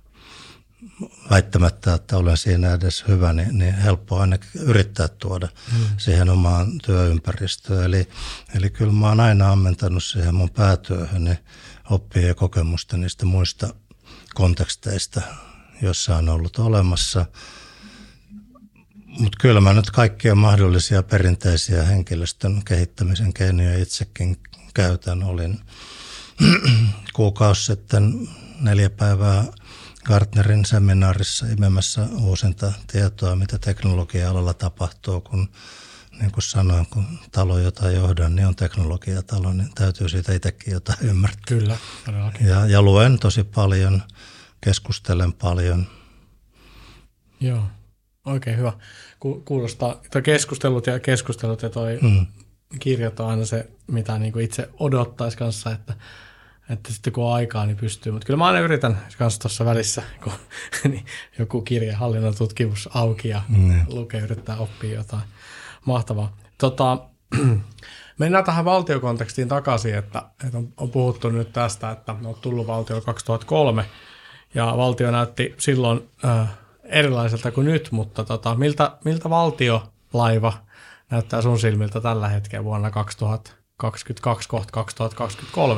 Speaker 2: väittämättä, että olen siinä edes hyvä, niin, niin helppo ainakin yrittää tuoda hmm. siihen omaan työympäristöön. Eli, eli kyllä mä oon aina ammentanut siihen mun päätyöhöni oppia ja kokemusta niistä muista konteksteista, joissa on ollut olemassa. Mutta kyllä mä nyt kaikkia mahdollisia perinteisiä henkilöstön kehittämisen keinoja itsekin käytän. Olin kuukausi sitten neljä päivää Gartnerin seminaarissa imemässä uusinta tietoa, mitä teknologia-alalla tapahtuu, kun niin kuin sanoin, kun talo, jota johdan, niin on teknologiatalo, niin täytyy siitä itsekin jotain ymmärtää.
Speaker 1: Kyllä, todellakin.
Speaker 2: Ja, ja luen tosi paljon, keskustelen paljon.
Speaker 1: Joo, oikein hyvä. Kuulostaa, toi keskustelut ja keskustelut ja toi mm. kirjat on aina se, mitä niin kuin itse odottaisi kanssa, että, että sitten kun on aikaa, niin pystyy. Mutta kyllä mä aina yritän kanssa tuossa välissä, kun niin joku kirja, hallinnon tutkimus auki ja mm. lukee, yrittää oppia jotain. Mahtavaa. Tota, mennään tähän valtiokontekstiin takaisin, että, että on, on puhuttu nyt tästä, että on tullut valtio kaksituhattakolme ja valtio näytti silloin äh, erilaiselta kuin nyt, mutta tota, miltä, miltä valtiolaiva näyttää sun silmiltä tällä hetkellä vuonna kaksituhattakaksikymmentäkaksi kohta kaksituhattakaksikymmentäkolme?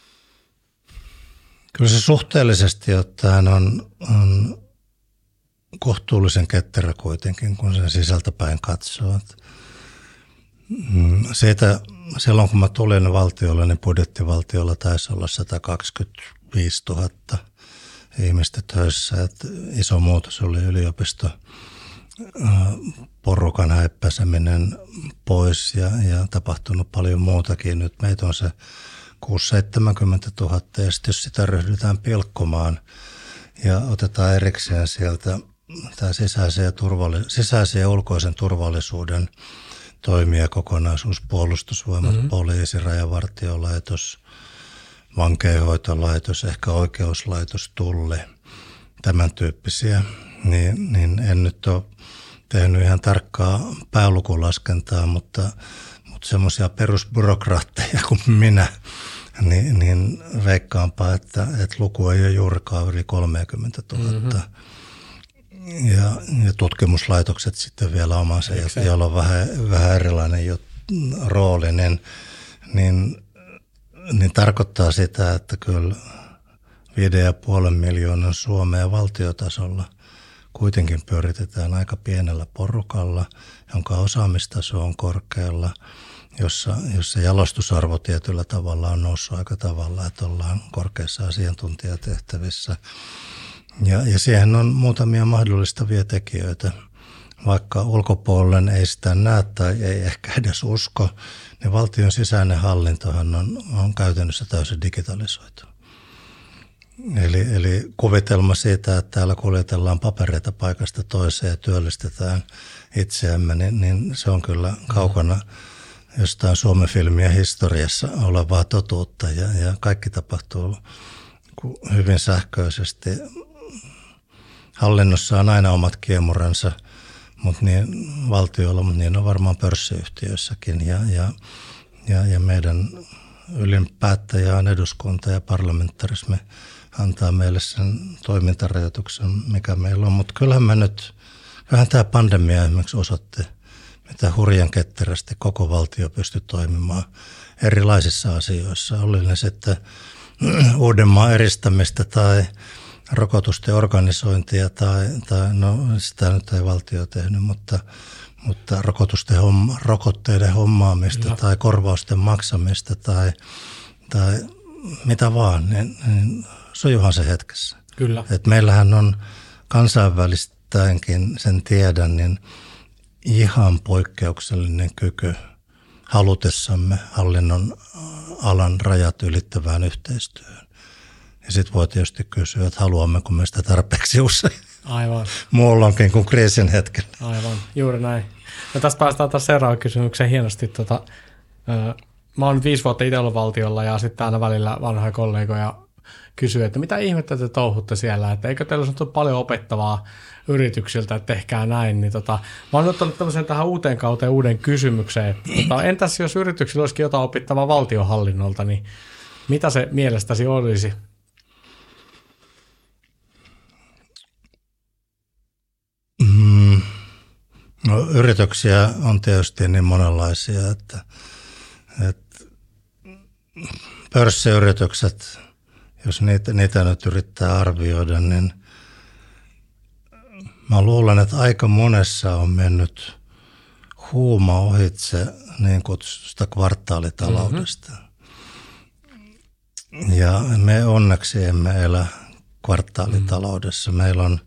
Speaker 2: Kyllä se suhteellisesti ottaen on, on kohtuullisen ketterä kuitenkin, kun sen sisältäpäin katsoo. Siitä, silloin kun mä tulin valtiolle, niin budjettivaltiolla taisi olla sata kaksikymmentäviisituhatta ihmistä töissä. Että iso muutos oli yliopisto porukan häippäiseminen pois ja, ja tapahtunut paljon muutakin. Nyt meitä on se kuusi seitsemänkymmentätuhatta ja sitten jos sitä ryhdytään pilkkomaan ja otetaan erikseen sieltä tämä sisäisen ja, turvalli- sisäisen ja ulkoisen turvallisuuden toimija kokonaisuus, puolustusvoimat, mm-hmm. poliisi, rajavartiolaitos, vankeinhoitolaitos, ehkä oikeuslaitos, tulli, tämän tyyppisiä, niin, niin en nyt ole tehnyt ihan tarkkaa päälukulaskentaa, mutta, mutta semmoisia perusbyrokraatteja kuin minä, niin, niin veikkaanpa, että, että luku ei ole juurikaan yli kolmekymmentätuhatta. Mm-hmm. Ja, ja tutkimuslaitokset sitten vielä omansa, joilla on vähän, vähän erilainen jut, rooli, niin, niin, niin tarkoittaa sitä, että kyllä viiden ja puolen miljoonan Suomea valtiotasolla kuitenkin pyöritetään aika pienellä porukalla, jonka osaamistaso on korkealla, jossa, jossa jalostusarvo tietyllä tavalla on noussut aika tavalla, että ollaan korkeassa asiantuntijatehtävissä. Ja, ja siihen on muutamia mahdollistavia tekijöitä. Vaikka ulkopuolellen ei sitä näe tai ei ehkä edes usko, niin valtion sisäinen hallintohan on, on käytännössä täysin digitalisoitu. Eli, eli kuvitelma siitä, että täällä kuljetellaan papereita paikasta toiseen ja työllistetään itseämme, niin, niin se on kyllä kaukana jostain Suomen filmien historiassa olevaa totuutta. Ja, ja kaikki tapahtuu hyvin sähköisesti. Hallinnossa on aina omat kiemuransa, mutta niin valtiolla, mutta niin on varmaan pörssiyhtiöissäkin. Ja, ja, ja, ja meidän ylin päättäjä on eduskunta ja parlamentarismi antaa meille sen toimintarajoituksen, mikä meillä on. Mutta kyllähän me nyt, kyllähän tämä pandemia esimerkiksi osoitti, mitä hurjan ketterästi koko valtio pystyi toimimaan erilaisissa asioissa. Oli ne sitten Uudenmaan eristämistä tai rokotusten organisointia tai, tai no sitä nyt ei valtio tehnyt, mutta, mutta rokotusten homma, rokotteiden hommaamista ja. tai korvausten maksamista tai, tai mitä vaan, niin, niin sujuhan se hetkessä.
Speaker 1: Kyllä.
Speaker 2: Et meillähän on kansainvälistäänkin, sen tiedän, niin ihan poikkeuksellinen kyky halutessamme hallinnon alan rajat ylittävään yhteistyöhön. Ja sitten voi tietysti kysyä, että haluammeko me sitä tarpeeksi usein.
Speaker 1: Aivan.
Speaker 2: Muulloinkin kuin kriisin hetkellä.
Speaker 1: Aivan, juuri näin. No tästä päästään taas seuraavaan kysymykseen hienosti. Tota, ö, mä oon viisi vuotta itse ollut valtiolla ja sitten aina välillä vanhoja kollegoja kysyy, että mitä ihmettä te touhutte siellä, että eikö teillä ole paljon opettavaa yrityksiltä, että tehkää näin. Niin tota, mä oon ottanut tämmöisen tähän uuteen kauteen uuden kysymykseen. Että, tota, entäs jos yrityksillä olisikin jotain opittavaa valtionhallinnolta, niin mitä se mielestäsi olisi?
Speaker 2: Mm, no, yrityksiä on tietysti niin monenlaisia, että, että pörssiyritykset, jos niitä, niitä nyt yrittää arvioida, niin Mä luulen, että aika monessa on mennyt huuma ohitse niin kutsusta kvartaalitaloudesta. Mm-hmm. Ja me onneksi emme elä kvartaalitaloudessa. Meillä on,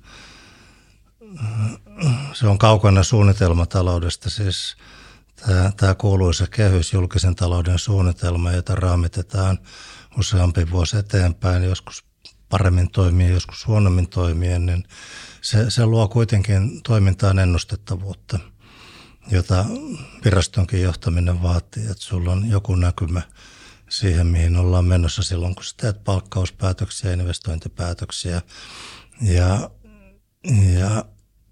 Speaker 2: se on kaukana suunnitelmataloudesta, siis tämä, tämä kuuluisa kehys, julkisen talouden suunnitelma, jota raamitetaan useampi vuosi eteenpäin, joskus paremmin toimien, joskus huonommin toimien, niin se, se luo kuitenkin toimintaan ennustettavuutta, jota virastonkin johtaminen vaatii, että sulla on joku näkymä siihen, mihin ollaan menossa silloin, kun sä teet palkkauspäätöksiä, investointipäätöksiä. Ja, ja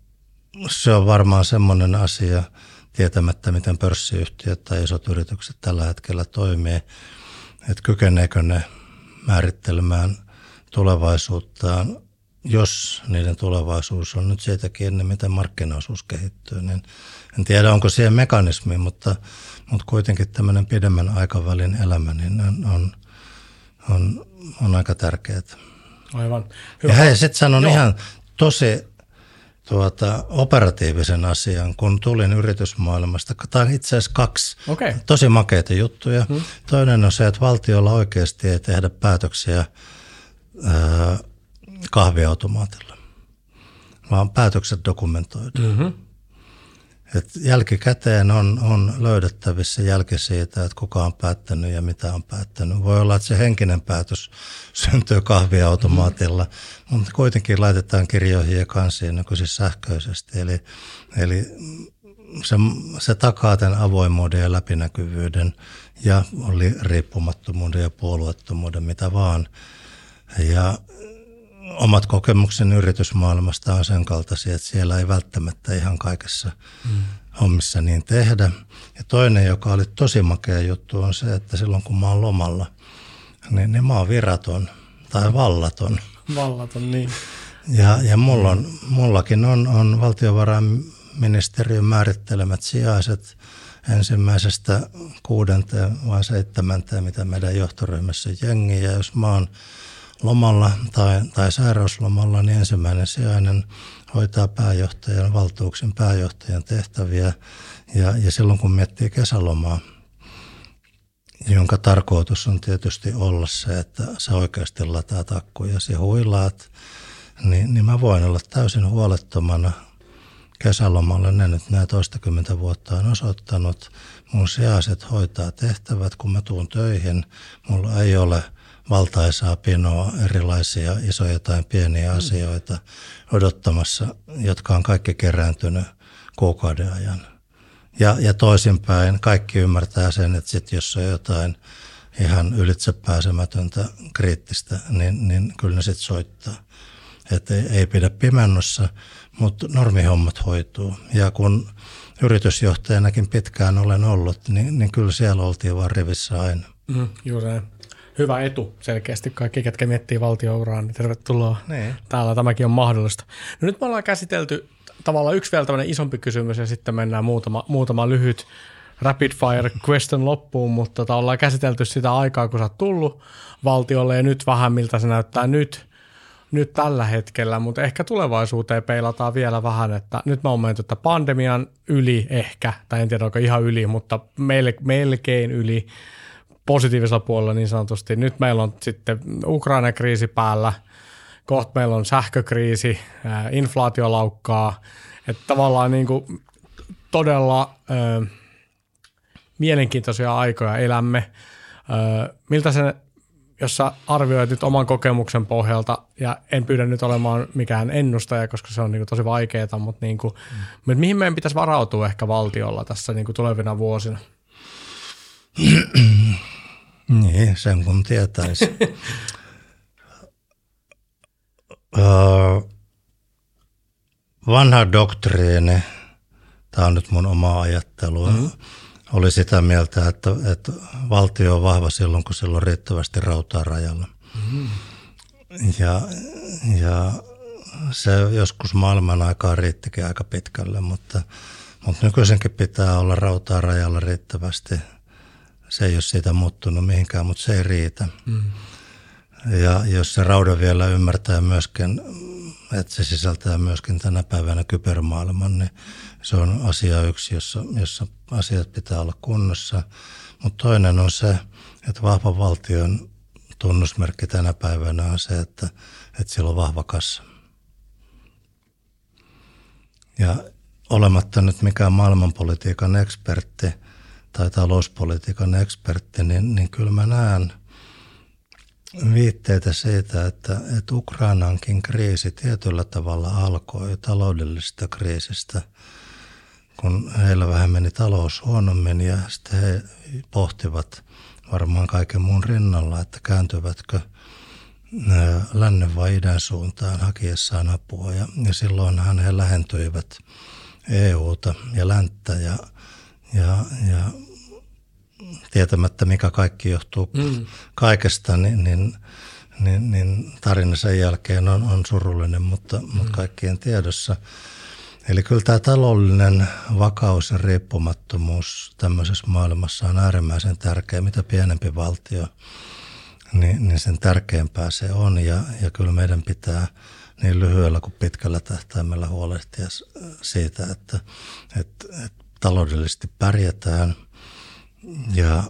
Speaker 2: se on varmaan semmoinen asia, tietämättä miten pörssiyhtiöt tai isot yritykset tällä hetkellä toimii, että kykeneekö ne määrittelemään tulevaisuuttaan, jos niiden tulevaisuus on nyt siitä kiinni, miten markkinaosuus kehittyy, niin en tiedä, onko siihen mekanismi, mutta, mutta kuitenkin tämmöinen pidemmän aikavälin elämä niin on, on, on aika tärkeää.
Speaker 1: Aivan. Hyvä.
Speaker 2: Ja hei, sitten sanon
Speaker 1: Joo.
Speaker 2: ihan tosi tuota, operatiivisen asian, kun tulin yritysmaailmasta. Tämä on itse asiassa kaksi
Speaker 1: okay.
Speaker 2: tosi makeita juttuja. Hmm. Toinen on se, että valtiolla oikeasti ei tehdä päätöksiä ää, kahviautomaatilla, vaan päätökset dokumentoidaan. Mm-hmm. Et jälkikäteen on, on löydettävissä jälki siitä, että kuka on päättänyt ja mitä on päättänyt. Voi olla, että se henkinen päätös syntyy kahviautomaatilla, mm-hmm. mutta kuitenkin laitetaan kirjoihin ja kansiin nykyisin sähköisesti. Eli, eli se, se takaa tämän avoimuuden ja läpinäkyvyyden ja oli riippumattomuuden ja puolueettomuuden, mitä vaan. Ja omat kokemuksen yritysmaailmasta on sen kaltaisia, että siellä ei välttämättä ihan kaikessa mm. hommissa niin tehdä. Ja toinen, joka oli tosi makea juttu, on se, että silloin kun mä oon lomalla, niin, niin mä oon viraton tai vallaton.
Speaker 1: Vallaton, niin.
Speaker 2: Ja, ja mulla on, mullakin on, on valtiovarainministeriön määrittelemät sijaiset ensimmäisestä kuudenteen vai seitsemänteen, mitä meidän johtoryhmässä on jengi. Ja jos mä oon lomalla tai, tai sairauslomalla, niin ensimmäinen sijainen hoitaa pääjohtajan valtuuksin pääjohtajan tehtäviä. Ja, ja silloin kun miettii kesälomaa, jonka tarkoitus on tietysti olla se, että sä oikeasti lataat akkuja ja huilaat, niin, niin mä voin olla täysin huolettomana kesälomalla. Ne nyt nämä toistakymmentä vuotta on osoittanut. Mun sijaiset hoitaa tehtävät, kun mä tuun töihin. Mulla ei ole valtaisaa pinoa erilaisia isoja tai pieniä mm. asioita odottamassa, jotka on kaikki kerääntynyt kuukauden ajan. Ja, ja toisinpäin kaikki ymmärtää sen, että sit jos on jotain ihan ylitsepääsemätöntä kriittistä, niin, niin kyllä ne sitten soittaa. Että ei, ei pidä pimennossa, mutta normihommat hoituu. Ja kun yritysjohtajanakin pitkään olen ollut, niin, niin kyllä siellä oltiin vaan rivissä aina.
Speaker 1: Mm, juuri näin. Hyvä etu selkeästi. Kaikki, ketkä miettii valtiouraa, niin tervetuloa. Niin. Täällä tämäkin on mahdollista. No nyt me ollaan käsitelty tavallaan yksi vielä tämmöinen isompi kysymys ja sitten mennään muutama, muutama lyhyt rapid fire question loppuun, mutta tota, ollaan käsitelty sitä aikaa, kun sä oot tullut valtiolle ja nyt vähän miltä se näyttää nyt, nyt tällä hetkellä, mutta ehkä tulevaisuuteen peilataan vielä vähän, että nyt mä oon mennyt että pandemian yli ehkä, tai en tiedä onko ihan yli, mutta mel, melkein yli positiivisella puolella niin sanotusti. Nyt meillä on sitten Ukraina-kriisi päällä, kohta meillä on sähkökriisi, ää, inflaatio laukkaa, että tavallaan niin kuin todella ö, mielenkiintoisia aikoja elämme. Ö, miltä se, jos sä arvioit nyt oman kokemuksen pohjalta, ja en pyydä nyt olemaan mikään ennustaja, koska se on niin kuin tosi vaikeaa, mutta, niin kuin, mm. mutta mihin meidän pitäisi varautua ehkä valtiolla tässä niin kuin tulevina vuosina?
Speaker 2: Niin, sen kun tietäisi. Vanha doktriini, tämä on nyt mun omaa ajattelua, mm-hmm. oli sitä mieltä, että, että valtio on vahva silloin, kun sillä on riittävästi rautaa rajalla. Mm-hmm. Ja, ja se joskus maailman aikaa riittikin aika pitkälle, mutta, mutta nykyisenkin pitää olla rautaa rajalla riittävästi. Se ei ole siitä muuttunut mihinkään, mutta se ei riitä. Mm. Ja jos se rauda vielä ymmärtää myöskin että se sisältää myöskin tänä päivänä kybermaailman, niin se on asia yksi, jossa, jossa asiat pitää olla kunnossa. Mutta toinen on se, että vahvan valtion tunnusmerkki tänä päivänä on se, että, että sillä on vahva kassa. Ja olematta nyt mikään maailmanpolitiikan ekspertti tai talouspolitiikan ekspertti, niin, niin kyllä mä näen viitteitä siitä, että, että Ukrainankin kriisi tietyllä tavalla alkoi taloudellisesta kriisistä, kun heillä vähän meni talous huonommin ja sitten he pohtivat varmaan kaiken muun rinnalla, että kääntyvätkö lännen vai idän suuntaan hakiessaan apua. Ja, ja silloinhan he lähentyivät E U:ta ja länttä ja, ja, ja tietämättä mikä kaikki johtuu mm. kaikesta, niin, niin, niin, niin tarina sen jälkeen on, on surullinen, mutta, mm. mutta kaikkien tiedossa. Eli kyllä tämä taloudellinen vakaus ja riippumattomuus tämmöisessä maailmassa on äärimmäisen tärkeä. Mitä pienempi valtio, niin, niin sen tärkeämpää se on. Ja, ja kyllä meidän pitää niin lyhyellä kuin pitkällä tähtäimellä huolehtia siitä, että, että, että taloudellisesti pärjätään. Ja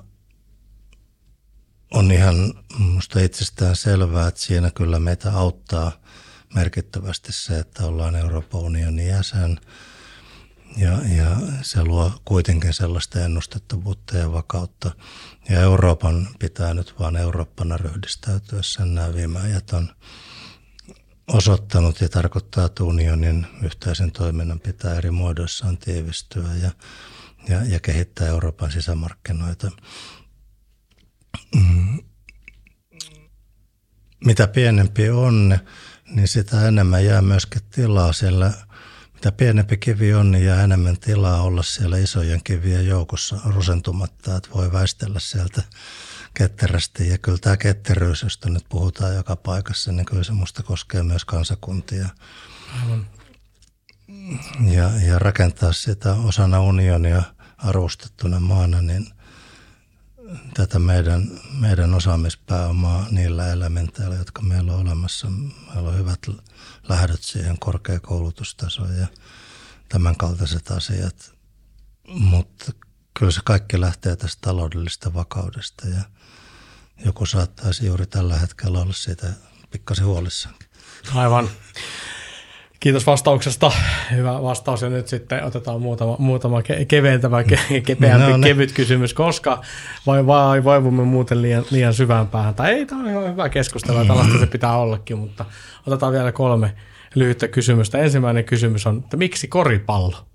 Speaker 2: on ihan minusta itsestään selvää, että siinä kyllä meitä auttaa merkittävästi se, että ollaan Euroopan unionin jäsen. Ja, ja se luo kuitenkin sellaista ennustettavuutta ja vakautta. Ja Euroopan pitää nyt vaan Eurooppana ryhdistäytyä. Sen nämä viime ajat on osoittanut ja tarkoittaa, että unionin yhteisen toiminnan pitää eri muodoissaan tiivistyä ja, ja, ja kehittää Euroopan sisämarkkinoita. Mitä pienempi on, niin sitä enemmän jää myöskin tilaa siellä. Mitä pienempi kivi on, niin jää enemmän tilaa olla siellä isojen kivien joukossa rusentumatta, että voi väistellä sieltä ketterästi. Ja kyllä tämä ketteryys, josta nyt puhutaan joka paikassa, niin kyllä se musta koskee myös kansakuntia. Aivan. Ja, ja rakentaa sitä osana unionia arvostettuna maana, niin tätä meidän, meidän osaamispääomaa niillä elementeillä, jotka meillä on olemassa. Meillä on hyvät lähdöt siihen, korkeakoulutustaso ja tämän kaltaiset asiat. Mutta kyllä se kaikki lähtee tästä taloudellisesta vakaudesta ja joku saattaisi juuri tällä hetkellä olla siitä pikkasen huolissaan.
Speaker 1: Aivan. Kiitos vastauksesta. Hyvä vastaus. Ja nyt sitten otetaan muutama, muutama keventävä, kepeämpi, no, kevyt kysymys, koska vai, vai vaivumme muuten liian, liian syvään päähän. Tai ei, tämä on ihan hyvä keskustelu, mm-hmm. tällaista se pitää ollakin, mutta otetaan vielä kolme lyhyttä kysymystä. Ensimmäinen kysymys on, että miksi koripallo?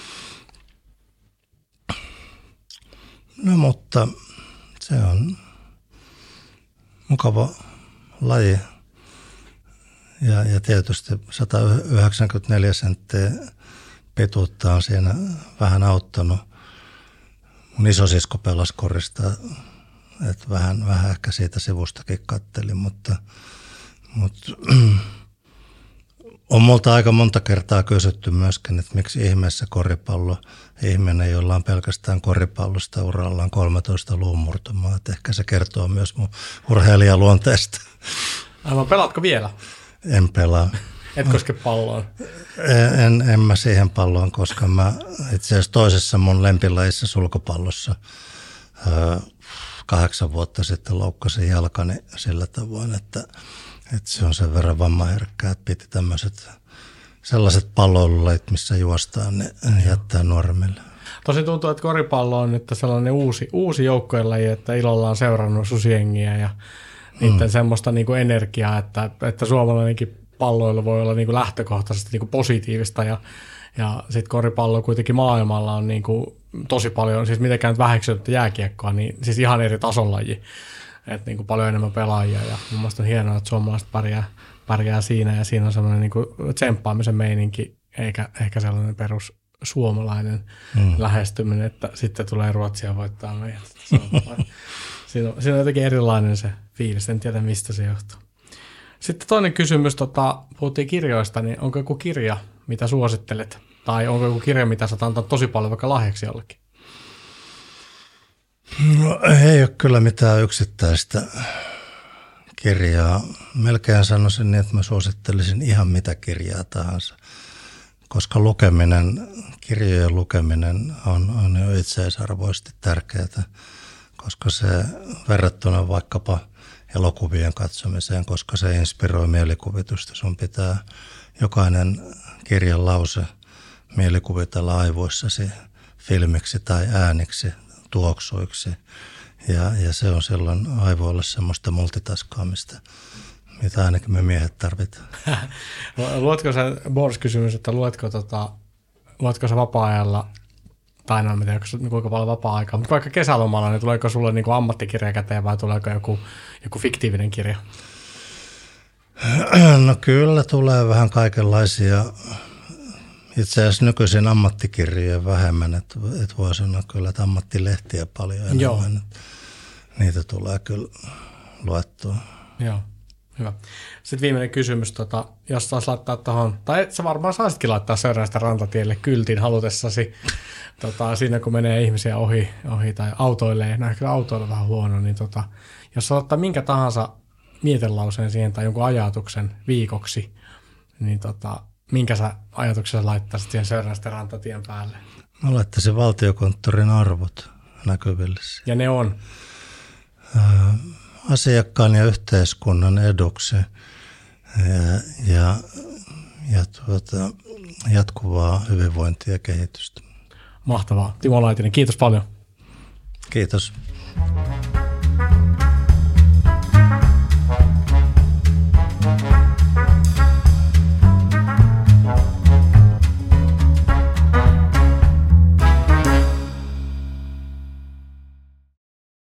Speaker 2: No mutta se on mukava laji. Ja, ja tietysti sata yhdeksänkymmentäneljä senttiä pituutta on siinä vähän auttanut. Mun isosisko pelasi korista, että vähän, vähän ehkä siitä sivustakin kattelin, mutta, mutta on multa aika monta kertaa kysytty myöskin, että miksi ihmeessä koripallo, ihminen, jolla on pelkästään koripallosta urallaan kolmetoista luunmurtumaa, että ehkä se kertoo myös mun urheilijaluonteesta.
Speaker 1: Aivan, pelaatko vielä?
Speaker 2: En pelaa.
Speaker 1: Et koske palloon?
Speaker 2: En, en mä siihen palloon, koska mä itse asiassa toisessa mun lempilajissa sulkupallossa öö, kahdeksan vuotta sitten loukkasin jalkani sillä tavoin, että, että se on sen verran vammaherkkää, että piti tämmöiset sellaiset palloilulajit, missä juostaan, ne jättää normille.
Speaker 1: Tosi tuntuu, että koripallo on nyt sellainen uusi, uusi joukkojen laji, että ilolla on seurannut susiengiä ja niiden mm. semmoista niin kuin energiaa, että, että suomalainenkin palloilu voi olla niin kuin lähtökohtaisesti niin kuin positiivista ja, ja sitten koripallo kuitenkin maailmalla on niin kuin tosi paljon, siis mitenkään nyt väheksyttä jääkiekkoa, niin siis ihan eri tason laji, että niin kuin paljon enemmän pelaajia ja mun mielestä on hienoa, että suomalaiset pärjää, pärjää siinä ja siinä on semmoinen niin kuin tsemppaamisen meininki eikä, eikä sellainen perus suomalainen mm. lähestyminen, että sitten tulee Ruotsia voittaa meidät. Siinä on, siinä on jotenkin erilainen se fiilis, en tiedä mistä se johtuu. Sitten toinen kysymys, tota, puhuttiin kirjoista, niin onko joku kirja, mitä suosittelet? Tai onko joku kirja, mitä sä antaa tosi paljon vaikka lahjaksi jollekin?
Speaker 2: No, ei ole kyllä mitään yksittäistä kirjaa. Melkein sanoisin niin, että mä suosittelisin ihan mitä kirjaa tahansa, koska lukeminen, kirjojen lukeminen on, on jo itseisarvoisesti tärkeää, koska se verrattuna vaikkapa elokuvien katsomiseen, koska se inspiroi mielikuvitusta. Sun pitää jokainen kirjan lause mielikuvitella aivoissasi filmiksi tai ääniksi, tuoksuiksi. Ja, ja se on silloin aivoille semmoista multitaskaamista, mitä ainakin me miehet tarvitaan.
Speaker 1: Luetko sä, Boris-kysymys, että luetko, tota, luetko sä vapaa-ajalla, tai en tiedä, kuinka paljon vapaa-aikaa, mutta vaikka kesälomalla, niin tuleeko sulle niin kuin ammattikirja käteen vai tuleeko joku, joku fiktiivinen kirja?
Speaker 2: No kyllä tulee vähän kaikenlaisia. Itse asiassa nykyisin ammattikirjoja vähemmän, että et voi sanoa kyllä, että ammattilehtiä paljon enemmän. Joo. Niitä tulee kyllä luettua.
Speaker 1: Joo, hyvä. Sitten viimeinen kysymys, tota, jos saisi laittaa tuohon, tai sä varmaan saisitkin laittaa Sörnäisten rantatielle kyltin halutessasi, tota, siinä kun menee ihmisiä ohi, ohi tai autoilee, no kyllä autoilla vähän huono, niin tota, jos sä ottaa minkä tahansa mietelauseen siihen tai jonkun ajatuksen viikoksi, niin tota, minkä sä ajatuksessa laittaisit siihen Sörnäisten rantatien päälle?
Speaker 2: Mä laittaisin Valtiokonttorin arvot näkyville.
Speaker 1: Ja ne on?
Speaker 2: Ää, asiakkaan ja yhteiskunnan eduksi ja, ja, ja tuota, jatkuvaa hyvinvointia ja kehitystä.
Speaker 1: Mahtavaa. Timo Laitinen, kiitos paljon.
Speaker 2: Kiitos.